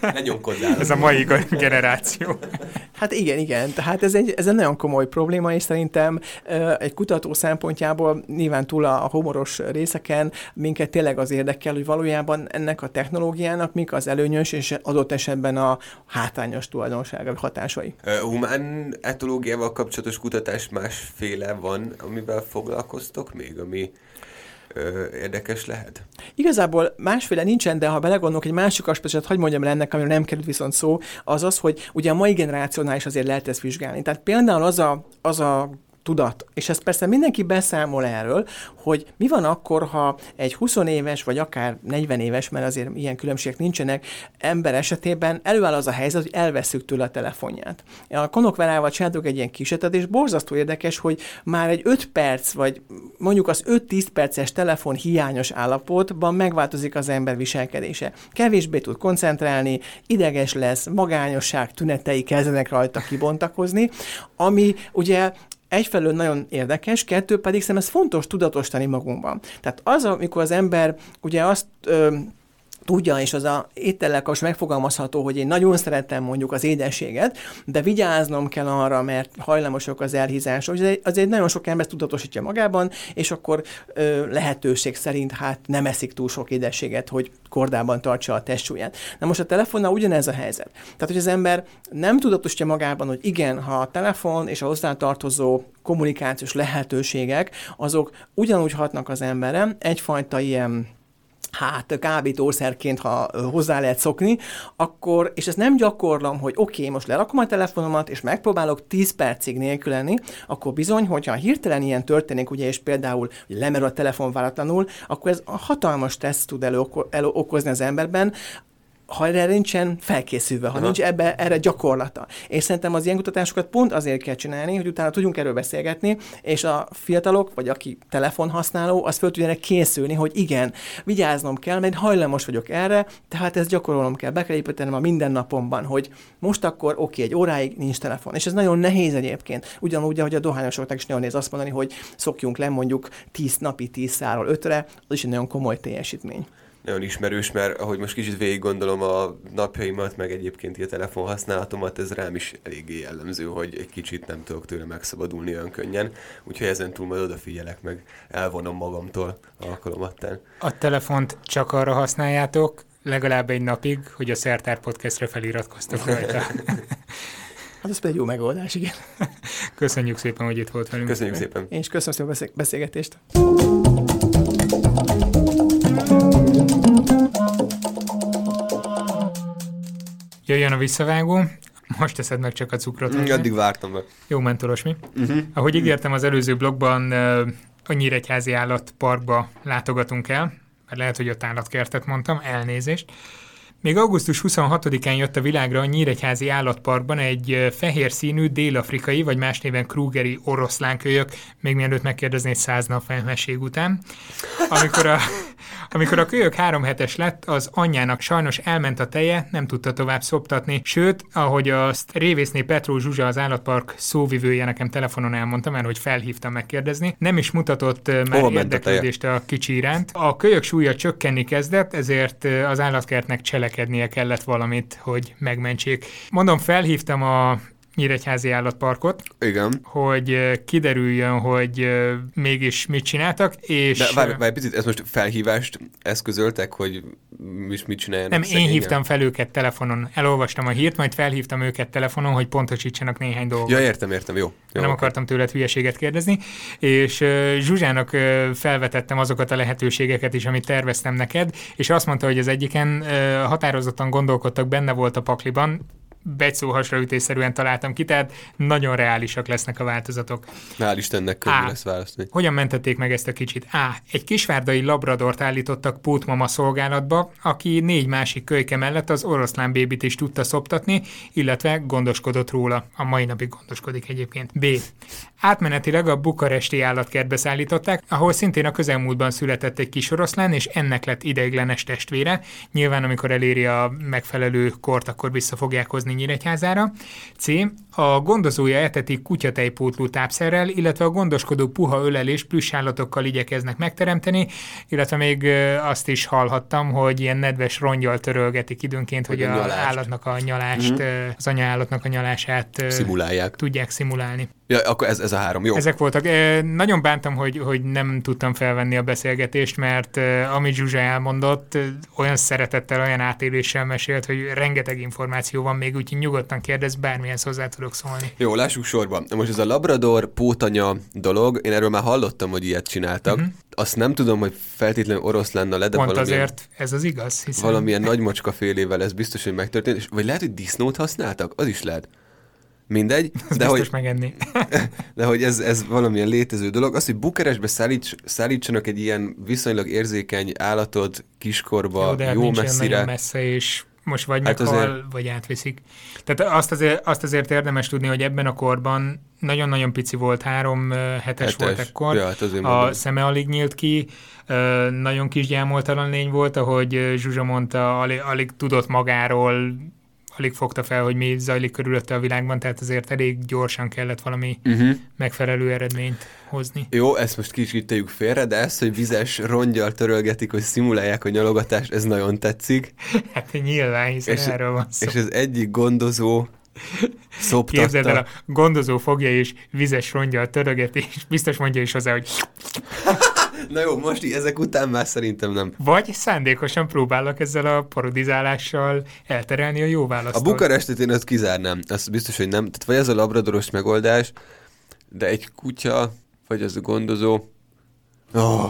ez a mai generáció. Hát igen, tehát ez egy nagyon komoly probléma, és szerintem egy kutató szempontjából nyilván túl a humoros részeken minket tényleg az érdekel, hogy valójában ennek a technológiának mik az előnyös és adott esetben a hátrányos tulajdonsága, hatásai. Humán etológiával kapcsolatos kutatás másféle van, amivel foglalkoztok még, ami érdekes lehet? Igazából másféle nincsen, de ha belegondolok, egy másik aspektusát, hadd mondjam el ennek, amiről nem került viszont szó, az, hogy ugye a mai generációnál is azért lehet ezt vizsgálni. Tehát például az a tudat, és ez persze mindenki beszámol erről, hogy mi van akkor, ha egy 20 éves, vagy akár 40 éves, mert azért ilyen különbségek nincsenek, ember esetében előáll az a helyzet, hogy elveszük tőle a telefonját. A Konokverával csináltuk egy ilyen kísérletet, és borzasztó érdekes, hogy már egy 5 perc, vagy mondjuk az 5-10 perces telefon hiányos állapotban megváltozik az ember viselkedése. Kevésbé tud koncentrálni, ideges lesz, magányosság tünetei kezdenek rajta kibontakozni, ami ugye egyfelől nagyon érdekes, kettő pedig szerintem ez fontos tudatosítani magunkban. Tehát az, amikor az ember ugye azt tudja, és az a étellel kapcsolatban megfogalmazható, hogy én nagyon szeretem mondjuk az édességet, de vigyáznom kell arra, mert hajlamosok az elhízások. Azért nagyon sok ember tudatosítja magában, és akkor lehetőség szerint nem eszik túl sok édességet, hogy kordában tartsa a testsúlyát. Na most a telefonnal ugyanez a helyzet. Tehát, hogy az ember nem tudatosítja magában, hogy igen, ha a telefon és a hozzátartozó kommunikációs lehetőségek, azok ugyanúgy hatnak az emberen, egyfajta ilyen kábítószerként, ha hozzá lehet szokni, akkor, és ezt nem gyakorlom, hogy oké, most lerakom a telefonomat, és megpróbálok 10 percig nélkül lenni, akkor bizony, hogyha hirtelen ilyen történik, ugye, és például hogy lemerül a telefon váratlanul, akkor ez hatalmas stressz tud okozni az emberben, ha erre nincsen felkészülve, ha nincs erre gyakorlata. És szerintem az ilyen kutatásokat pont azért kell csinálni, hogy utána tudjunk erről beszélgetni, és a fiatalok, vagy aki telefonhasználó, az föl tudjanak készülni, hogy igen, vigyáznom kell, mert hajlamos vagyok erre, tehát ezt gyakorolnom kell, be kell építenem a mindennapomban, hogy most akkor egy óráig nincs telefon. És ez nagyon nehéz egyébként. Ugyanúgy, ahogy a dohányosoknak is nagyon nehéz azt mondani, hogy szokjunk le mondjuk 10 napi 10 szárral 5-re, az is egy nagyon komoly teljesítmény. Nagyon ismerős, mert ahogy most kicsit végig gondolom a napjaimat, meg egyébként a telefonhasználatomat, ez rám is eléggé jellemző, hogy egy kicsit nem tudok tőle megszabadulni olyan könnyen, úgyhogy ezen túl majd odafigyelek, meg elvonom magamtól alkalomattán. A telefont csak arra használjátok, legalább egy napig, hogy a Szertár Podcastre feliratkoztok rajta. Hát ez pedig jó megoldás, igen. Köszönjük szépen, hogy itt volt velünk. Köszönjük szépen. Én is köszönöm szépen a beszélgetést. Jöjjön a visszavágó, most teszed meg csak a cukrot. Addig vártam meg. Jó mentolos mi? Ahogy ígértem az előző blogban, a Nyíregyházi Állatparkba látogatunk el, mert lehet, hogy ott állatkertet mondtam, elnézést. Még augusztus 26-án jött a világra a Nyíregyházi Állatparkban egy fehér színű, dél-afrikai, vagy más néven krugeri oroszlánkölyök, még mielőtt megkérdeznéd 100 nap felmesség után. Amikor a kölyök 3 hetes lett, az anyjának sajnos elment a teje, nem tudta tovább szoptatni, sőt, ahogy azt révészné Petró Zsuzsa, az állatpark szóvivője nekem telefonon elmondta, mert hogy felhívtam megkérdezni, nem is mutatott már érdeklődést a kicsi iránt. A kölyök súlya csökkenni kezdett, ezért az állatkertnek cselekednie kellett valamit, hogy megmentsék. Mondom, felhívtam a Nyíregyházi Állatparkot, igen, hogy kiderüljön, hogy mégis mit csináltak, és... De várj picit, ezt most felhívást eszközöltek, hogy mit csináljanak? Nem, én hívtam fel őket telefonon, elolvastam a hírt, majd felhívtam őket telefonon, hogy pontosítsanak néhány dolgot. Ja, értem, jó. Nem akartam tőled hülyeséget kérdezni, és Zsuzsának felvetettem azokat a lehetőségeket is, amit terveztem neked, és azt mondta, hogy az egyiken határozottan gondolkodtak, benne volt a pakliban, begyszó hasraütésszerűen találtam ki, tehát nagyon reálisak lesznek a változatok. Hál' Istennek könnyű lesz választani. Hogyan mentették meg ezt a kicsit? Egy kisvárdai labradort állítottak pótmama szolgálatba, aki 4 másik kölyke mellett az oroszlán bébit is tudta szoptatni, illetve gondoskodott róla. A mai napig gondoskodik egyébként. B. Átmenetileg a bukaresti állatkertbe szállították, ahol szintén a közelmúltban született egy kis oroszlán, és ennek lett ideiglenes testvére. Nyilván, amikor eléri a megfelelő kort, akkor vissza fogják hozni Nyíregyházára. C. A gondozója eteti kutyatejpótló tápszerrel, illetve a gondoskodó puha ölelés plüssállatokkal igyekeznek megteremteni, illetve még azt is hallhattam, hogy ilyen nedves rongyal törölgetik időnként, hogy az állatnak a nyalást, az anyaállatnak a nyalását tudják szimulálni. Ja, akkor ez a 3, jó. Ezek voltak. Nagyon bántam, hogy nem tudtam felvenni a beszélgetést, mert amit Zsuzsa elmondott, olyan szeretettel, olyan átéléssel mesélt, hogy rengeteg információ van még, úgyhogy nyugodtan kérdez, bármilyen hozzá tudok szólni. Jó, lássuk sorban. Most ez a labrador pótanya dolog, én erről már hallottam, hogy ilyet csináltak. Azt nem tudom, hogy feltétlenül oroszlánnal le, de pont azért ez az igaz, hiszen... Valamilyen nagymacska félével ez biztos, hogy megtörtént, vagy lehet, hogy disznót használtak? Az is lehet. Mindegy. De hogy megenni. De hogy ez valamilyen létező dolog. Az, hogy Bukarestbe szállítsanak egy ilyen viszonylag érzékeny állatot kiskorba, jó messzire. Nagyon messze, és most vagy meghal, azért... vagy átviszik. Tehát azt azért érdemes tudni, hogy ebben a korban nagyon-nagyon pici volt, 3 hetes volt ekkor. Ja, hát a szeme alig nyílt ki, nagyon kis gyámoltalan lény volt, ahogy Zsuzsa mondta, alig tudott magáról, alig fogta fel, hogy mi zajlik körülötte a világban, tehát azért elég gyorsan kellett valami megfelelő eredményt hozni. Jó, ezt most kicsit tegyük félre, de ezt, hogy vizes rongyal törölgetik, hogy szimulálják a nyalogatást, ez nagyon tetszik. Hát nyilván, hiszen erről van szó. És az egyik gondozó szoptatta. Képzeld el, a gondozó fogja és vizes rongyal törögeti, és biztos mondja is hozzá, hogy... Na jó, most így ezek után már szerintem nem. Vagy szándékosan próbálok ezzel a parodizálással elterelni a jó választot. A Bukarestet én azt kizárnám, azt biztos, hogy nem. Tehát vagy ez a labradoros megoldás, de egy kutya, vagy az a gondozó. Oh.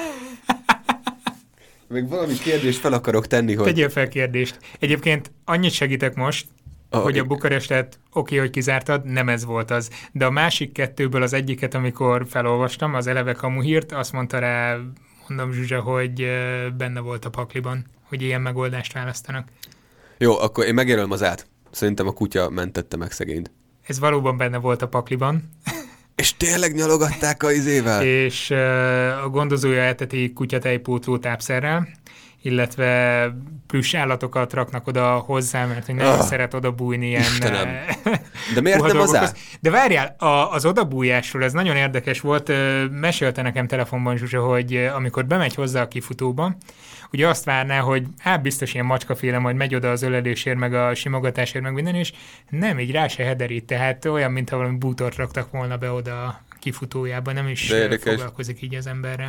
Még valami kérdést fel akarok tenni, hogy... Tegyél fel kérdést. Egyébként annyit segítek most, hogy a Bukarestet oké, hogy kizártad, nem ez volt az. De a másik kettőből az egyiket, amikor felolvastam, az eleve kamu hírt, azt mondta rá, mondom Zsuzsa, hogy benne volt a pakliban, hogy ilyen megoldást választanak. Jó, akkor én megjelölöm az át. Szerintem a kutya mentette meg szegényt. Ez valóban benne volt a pakliban. És tényleg nyalogatták a izével? És a gondozója elteti kutyatejpótló tápszerrel, illetve plusz állatokat raknak oda hozzá, mert hogy nem szeret oda bújni ilyen... Istenem. De miért nem az át? De várjál, az odabújásról ez nagyon érdekes volt. Mesélte nekem telefonban Zsuzsa, hogy amikor bemegy hozzá a kifutóba, ugye azt várná, hogy biztos ilyen macskaféle, majd megy oda az ölelésért, meg a simogatásért, meg minden, és nem, így rá se hederít, tehát olyan, mintha valami bútort raktak volna be oda a kifutójába, nem is foglalkozik így az emberrel.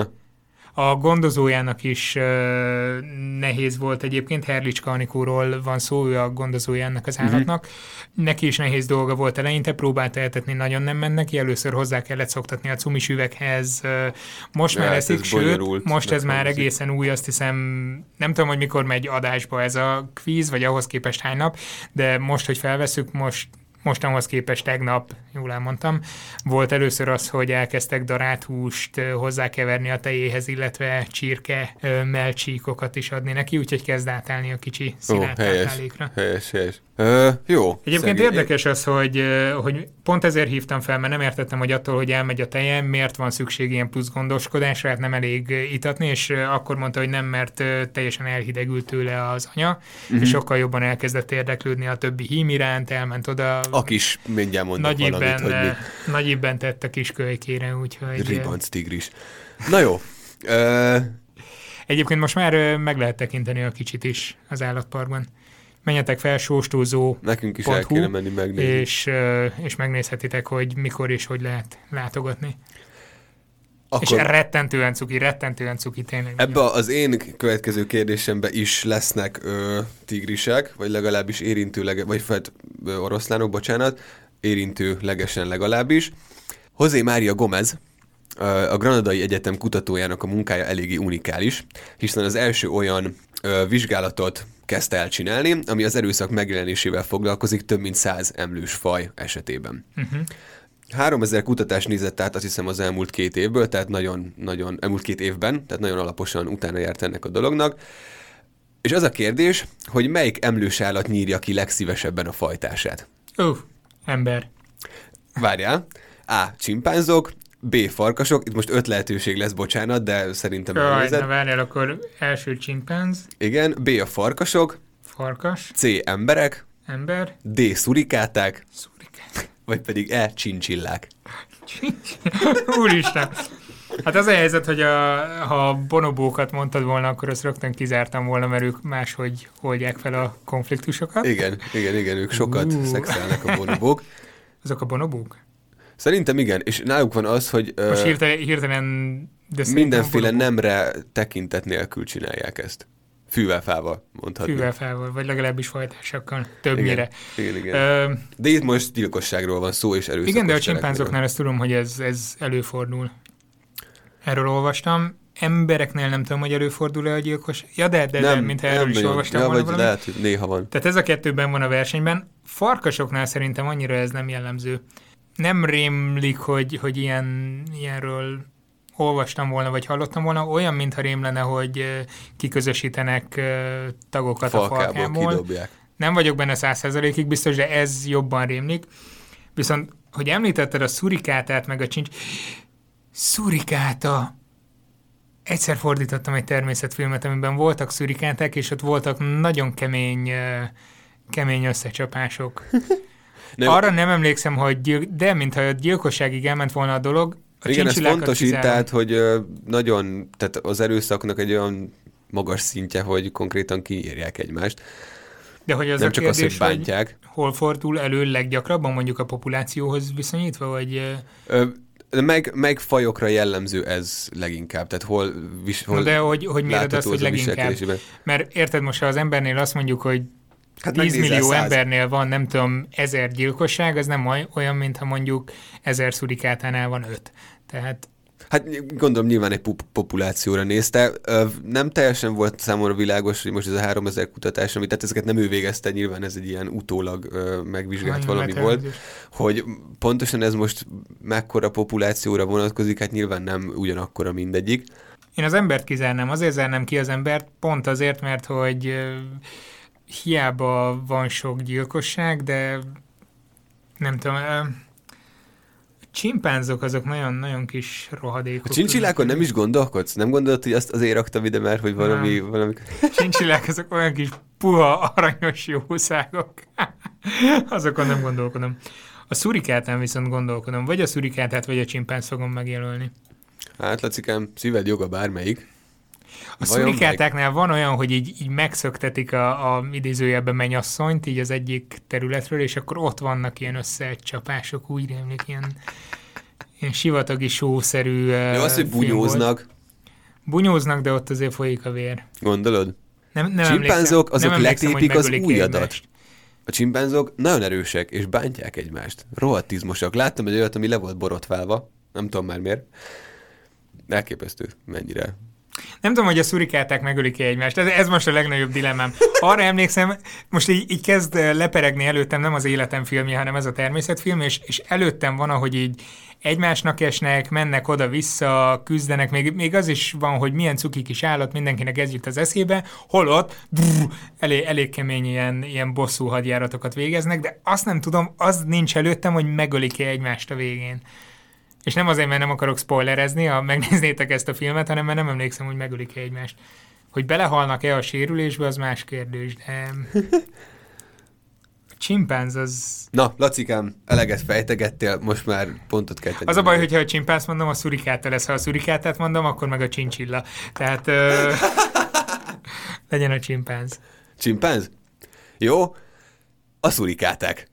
A gondozójának is nehéz volt egyébként, Herlicska Anikóról van szó, ő a gondozójának az állatnak. Neki is nehéz dolga volt eleinte, próbálta eltetni, nagyon nem ment neki, először hozzá kellett szoktatni a cumis üveghez. Most már eszik, sőt, most ez már egészen új, azt hiszem, nem tudom, hogy mikor megy adásba ez a kvíz, vagy ahhoz képest hány nap, de most, hogy felveszük, mostanhoz képest tegnap, jól elmondtam, volt először az, hogy elkezdtek darált-húst hozzákeverni a tejéhez, illetve csirke mellcsíkokat is adni neki, úgyhogy kezd átállni a kicsi szilárd táplálékra. Helyes. Jó. Egyébként érdekes az, hogy pont ezért hívtam fel, mert nem értettem, hogy attól, hogy elmegy a tejem, miért van szükség ilyen plusz gondoskodásra, hát nem elég itatni, és akkor mondta, hogy nem, mert teljesen elhidegült tőle az anya, és sokkal jobban elkezdett érdeklődni a többi hím iránt, elment oda. A kis, mindjárt mondok valamit, hogy mi. Nagy ibben tett a kis kölykére, úgyhogy... Ribanc tigris. Na jó. Egyébként most már meg lehet tekinteni a kicsit is az állatparkban. Menjetek fel, sóstózó. Nekünk is el kéne menni megnézni. És megnézhetitek, hogy mikor és hogy lehet látogatni. Akkor és rettentően cuki tényleg. Ebbe az én következő kérdésemben is lesznek tigrisek, vagy legalábbis oroszlánok, bocsánat, érintőlegesen legalábbis. José María Gómez, a Granadai Egyetem kutatójának a munkája eléggé unikális, hiszen az első olyan vizsgálatot kezdte el csinálni, ami az erőszak megjelenésével foglalkozik több mint 100 emlős faj esetében. 3000 kutatást nézett át, azt hiszem, az elmúlt 2 évből, tehát elmúlt 2 évben, tehát nagyon alaposan utána járt ennek a dolognak. És az a kérdés, hogy melyik emlős állat nyírja ki legszívesebben a fajtását? Ember. Várjál. A. Csimpánzok, B. Farkasok, itt most 5 lehetőség lesz, bocsánat, de szerintem elnézed. Na várjál, akkor első csimpánz. Igen, B. a farkasok. Farkas. C. emberek. Ember. D. szurikáták. Vagy pedig E. csincsillák. Úristen! Hát az a helyzet, hogy ha bonobókat mondtad volna, akkor azt rögtön kizártam volna, mert ők máshogy oldják fel a konfliktusokat. Igen, ők sokat szexelnek a bonobók. Azok a bonobók? Szerintem igen, és náluk van az, hogy most hirtelen de mindenféle nemre tekintet nélkül csinálják ezt. Fűvel-fával mondhatni. Fűvel-fával, vagy legalábbis fajtásakkal, többnyire. Igen. De itt most gyilkosságról van szó, és erőszakos. Igen, de a csimpánzoknál ezt tudom, hogy ez előfordul. Erről olvastam. Embereknél nem tudom, hogy előfordul-e a gyilkos. Ja, de mintha erről is olvastam volna vagy valami. lehet, hogy néha van. Tehát ez a kettőben van a versenyben. Farkasoknál szerintem annyira ez nem jellemző. Nem rémlik, hogy ilyenről olvastam volna, vagy hallottam volna, olyan, mintha rém lenne, hogy kiközösítenek tagokat a falkából. Kidobják. Nem vagyok benne 100%-ig biztos, de ez jobban rémlik. Viszont, hogy említetted a szurikátát, meg a szurikáta. Egyszer fordítottam egy természetfilmet, amiben voltak szurikáták, és ott voltak nagyon kemény kemény összecsapások. Arra nem emlékszem, de mintha gyilkosságig elment volna a dolog. Igen, ez fontos itt, tehát, hogy nagyon, tehát az erőszaknak egy olyan magas szintje, hogy konkrétan kiírják egymást. De hogy az nem a csak kérdés, az, hogy bántják. Hogy hol fordul elő leggyakrabban, mondjuk a populációhoz viszonyítva, vagy... Meg fajokra jellemző ez leginkább, tehát hol de hogy miért azt, hogy leginkább? Mert érted, most ha az embernél azt mondjuk, hogy 10 millió embernél van, nem tudom, 1000 gyilkosság, az nem olyan, mintha mondjuk 1000 szurikátánál van 5. Tehát... Hát gondolom nyilván egy populációra nézte. Nem teljesen volt számomra világos, hogy most ez a 3000 kutatás, amit tehát ezeket nem ő végezte, nyilván ez egy ilyen utólag megvizsgált valami volt, hogy pontosan ez most mekkora populációra vonatkozik, hát nyilván nem ugyanakkora mindegyik. Én az embert kizárnám, azért zárnám ki az embert, pont azért, mert hogy hiába van sok gyilkosság, de nem tudom... Csimpánzok azok nagyon kis rohadékok. A csincsillákon nem is gondolkodsz? Nem gondolod, hogy azt azért raktam ide, mert hogy valami... Csincsillák azok olyan kis puha, aranyos jószágok. Azokon nem gondolkodom. A szurikátán viszont gondolkodom. Vagy a szurikátát, vagy a csimpánzt fogom megjelölni. Hát, Lacikám, szíved joga bármelyik. A szurikátáknál van olyan, hogy így megszöktetik a idézőjelben mennyasszonyt, így az egyik területről, és akkor ott vannak ilyen összecsapások, úgy rémlik, ilyen sivatagi sószerű jó, az, hogy bunyóznak. Bunyóznak, de ott azért folyik a vér. Gondolod? Nem csimpánzok, azok lettépik az ujjadat. Egymást. A csimpánzok nagyon erősek, és bántják egymást. Rohadt izmosak. Láttam egy olyat, ami le volt borotválva. Nem tudom már miért. Elképesztő, mennyire. Nem tudom, hogy a szurikáták megölik-e egymást. Ez most a legnagyobb dilemmám. Arra emlékszem, most így kezd leperegni előttem, nem az életem filmje, hanem ez a természetfilm, és előttem van, ahogy így egymásnak esnek, mennek oda-vissza, küzdenek, még az is van, hogy milyen cuki kis állat, mindenkinek ez jut az eszébe, holott elég kemény ilyen bosszú hadjáratokat végeznek, de azt nem tudom, az nincs előttem, hogy megölik-e egymást a végén. És nem azért, mert nem akarok spoilerezni, ha megnéznétek ezt a filmet, hanem mert nem emlékszem, hogy megölik-e egymást. Hogy belehalnak-e a sérülésbe, az más kérdés, de... A csimpánz az... Na, Lacikám, eleget fejtegettél, most már pontot kell tenni. Az a baj, hogyha a csimpánzt mondom, a szurikáta lesz. Ha a szurikátát mondom, akkor meg a csincsilla. Tehát legyen a csimpánz. Csimpánz? Jó. A szurikáták.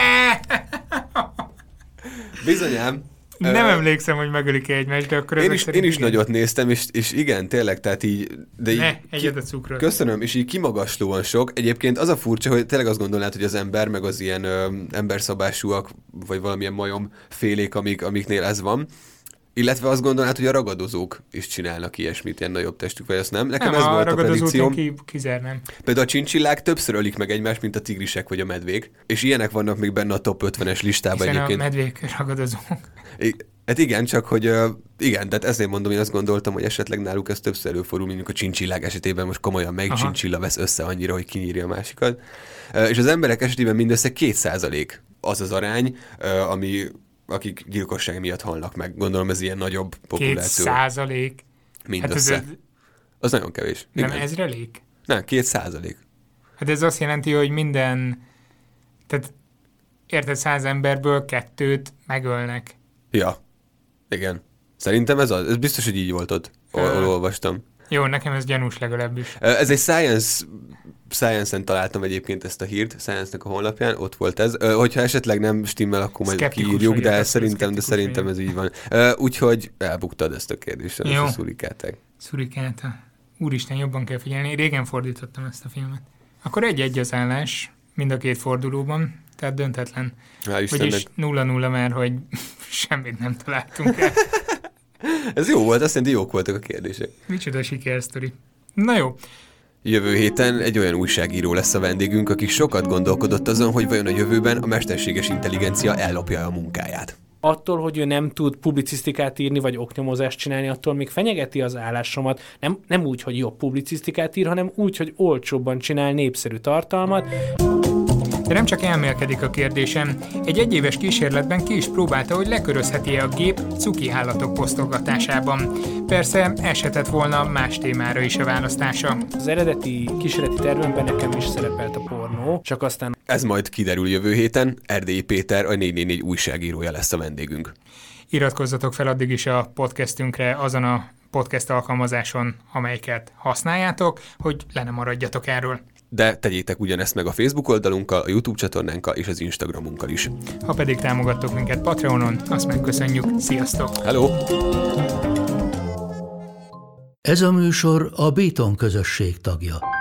Bizonyám. Nem emlékszem, hogy megölik-e egymást, de akkor én is nagyot néztem, és igen, tényleg, tehát így... De egyet a cukrot. Köszönöm, és így kimagaslóan sok. Egyébként az a furcsa, hogy tényleg azt gondolnád, hogy az ember, meg az ilyen emberszabásúak, vagy valamilyen majomfélék, amiknél ez van, illetve azt gondolnád, hogy a ragadozók is csinálnak ilyesmit, ilyen nagyobb testük, vagy azt nem? Nekem ez volt a predikcióm. Kizárnám. Például a csincsillák többször ölik meg egymást, mint a tigrisek vagy a medvék, és ilyenek vannak még benne a top 50-es listában egyébként. A medvék ragadozók. Hát igen, csak hogy igen, tehát ezért mondom, én azt gondoltam, hogy esetleg náluk ez többször előfordul, mondjuk a csincsillák esetében most komolyan melyik csincsilla vesz össze annyira, hogy kinyírja a másikat. És az emberek esetében mindössze 2% az az arány, akik gyilkosság miatt halnak meg. Gondolom ez ilyen nagyobb populáció. 2%? Mindössze. Hát az nagyon kevés. Nem igen. ezrelék? Nem, 2%. Hát ez azt jelenti, hogy tehát érted, 100 emberből 2 megölnek. Ja, igen. Szerintem ez biztos, hogy így volt ott, olvastam. Jó, nekem ez gyanús legalábbis. Ez egy Science-en találtam egyébként ezt a hírt, Science-nek a honlapján, ott volt ez. Hogyha esetleg nem stimmel, akkor majd kiírjuk, de szerintem ez így van. Úgyhogy elbuktad ezt a kérdést, a szurikáták. Szurikáta. Úristen, jobban kell figyelni. Régen fordítottam ezt a filmet. Akkor 1-1 az állás mind a két fordulóban, tehát döntetlen. Vagyis 0-0 már, hogy semmit nem találtunk el. Ez jó volt, azt jelenti, jók voltak a kérdések. Micsoda sikersztori. Na jó. Jövő héten egy olyan újságíró lesz a vendégünk, aki sokat gondolkodott azon, hogy vajon a jövőben a mesterséges intelligencia ellopja a munkáját. Attól, hogy ő nem tud publicisztikát írni, vagy oknyomozást csinálni, attól még fenyegeti az állásomat. Nem úgy, hogy jobb publicisztikát ír, hanem úgy, hogy olcsóbban csinál népszerű tartalmat. De nem csak elmélkedik a kérdésem, egy egyéves kísérletben ki is próbálta, hogy lekörözheti-e a gép cuki állatok posztolgatásában. Persze eshetett volna más témára is a választása. Az eredeti kísérleti tervemben nekem is szerepelt a pornó, csak aztán... Ez majd kiderül jövő héten. Erdélyi Péter, a 444 újságírója lesz a vendégünk. Iratkozzatok fel addig is a podcastünkre azon a podcast alkalmazáson, amelyiket használjátok, hogy le ne maradjatok erről. De tegyétek ugyanezt meg a Facebook oldalunkkal, a YouTube csatornánkkal és az Instagramunkkal is. Ha pedig támogattok minket Patreonon, azt megköszönjük. Sziasztok! Hello! Ez a műsor a Béton közösség tagja.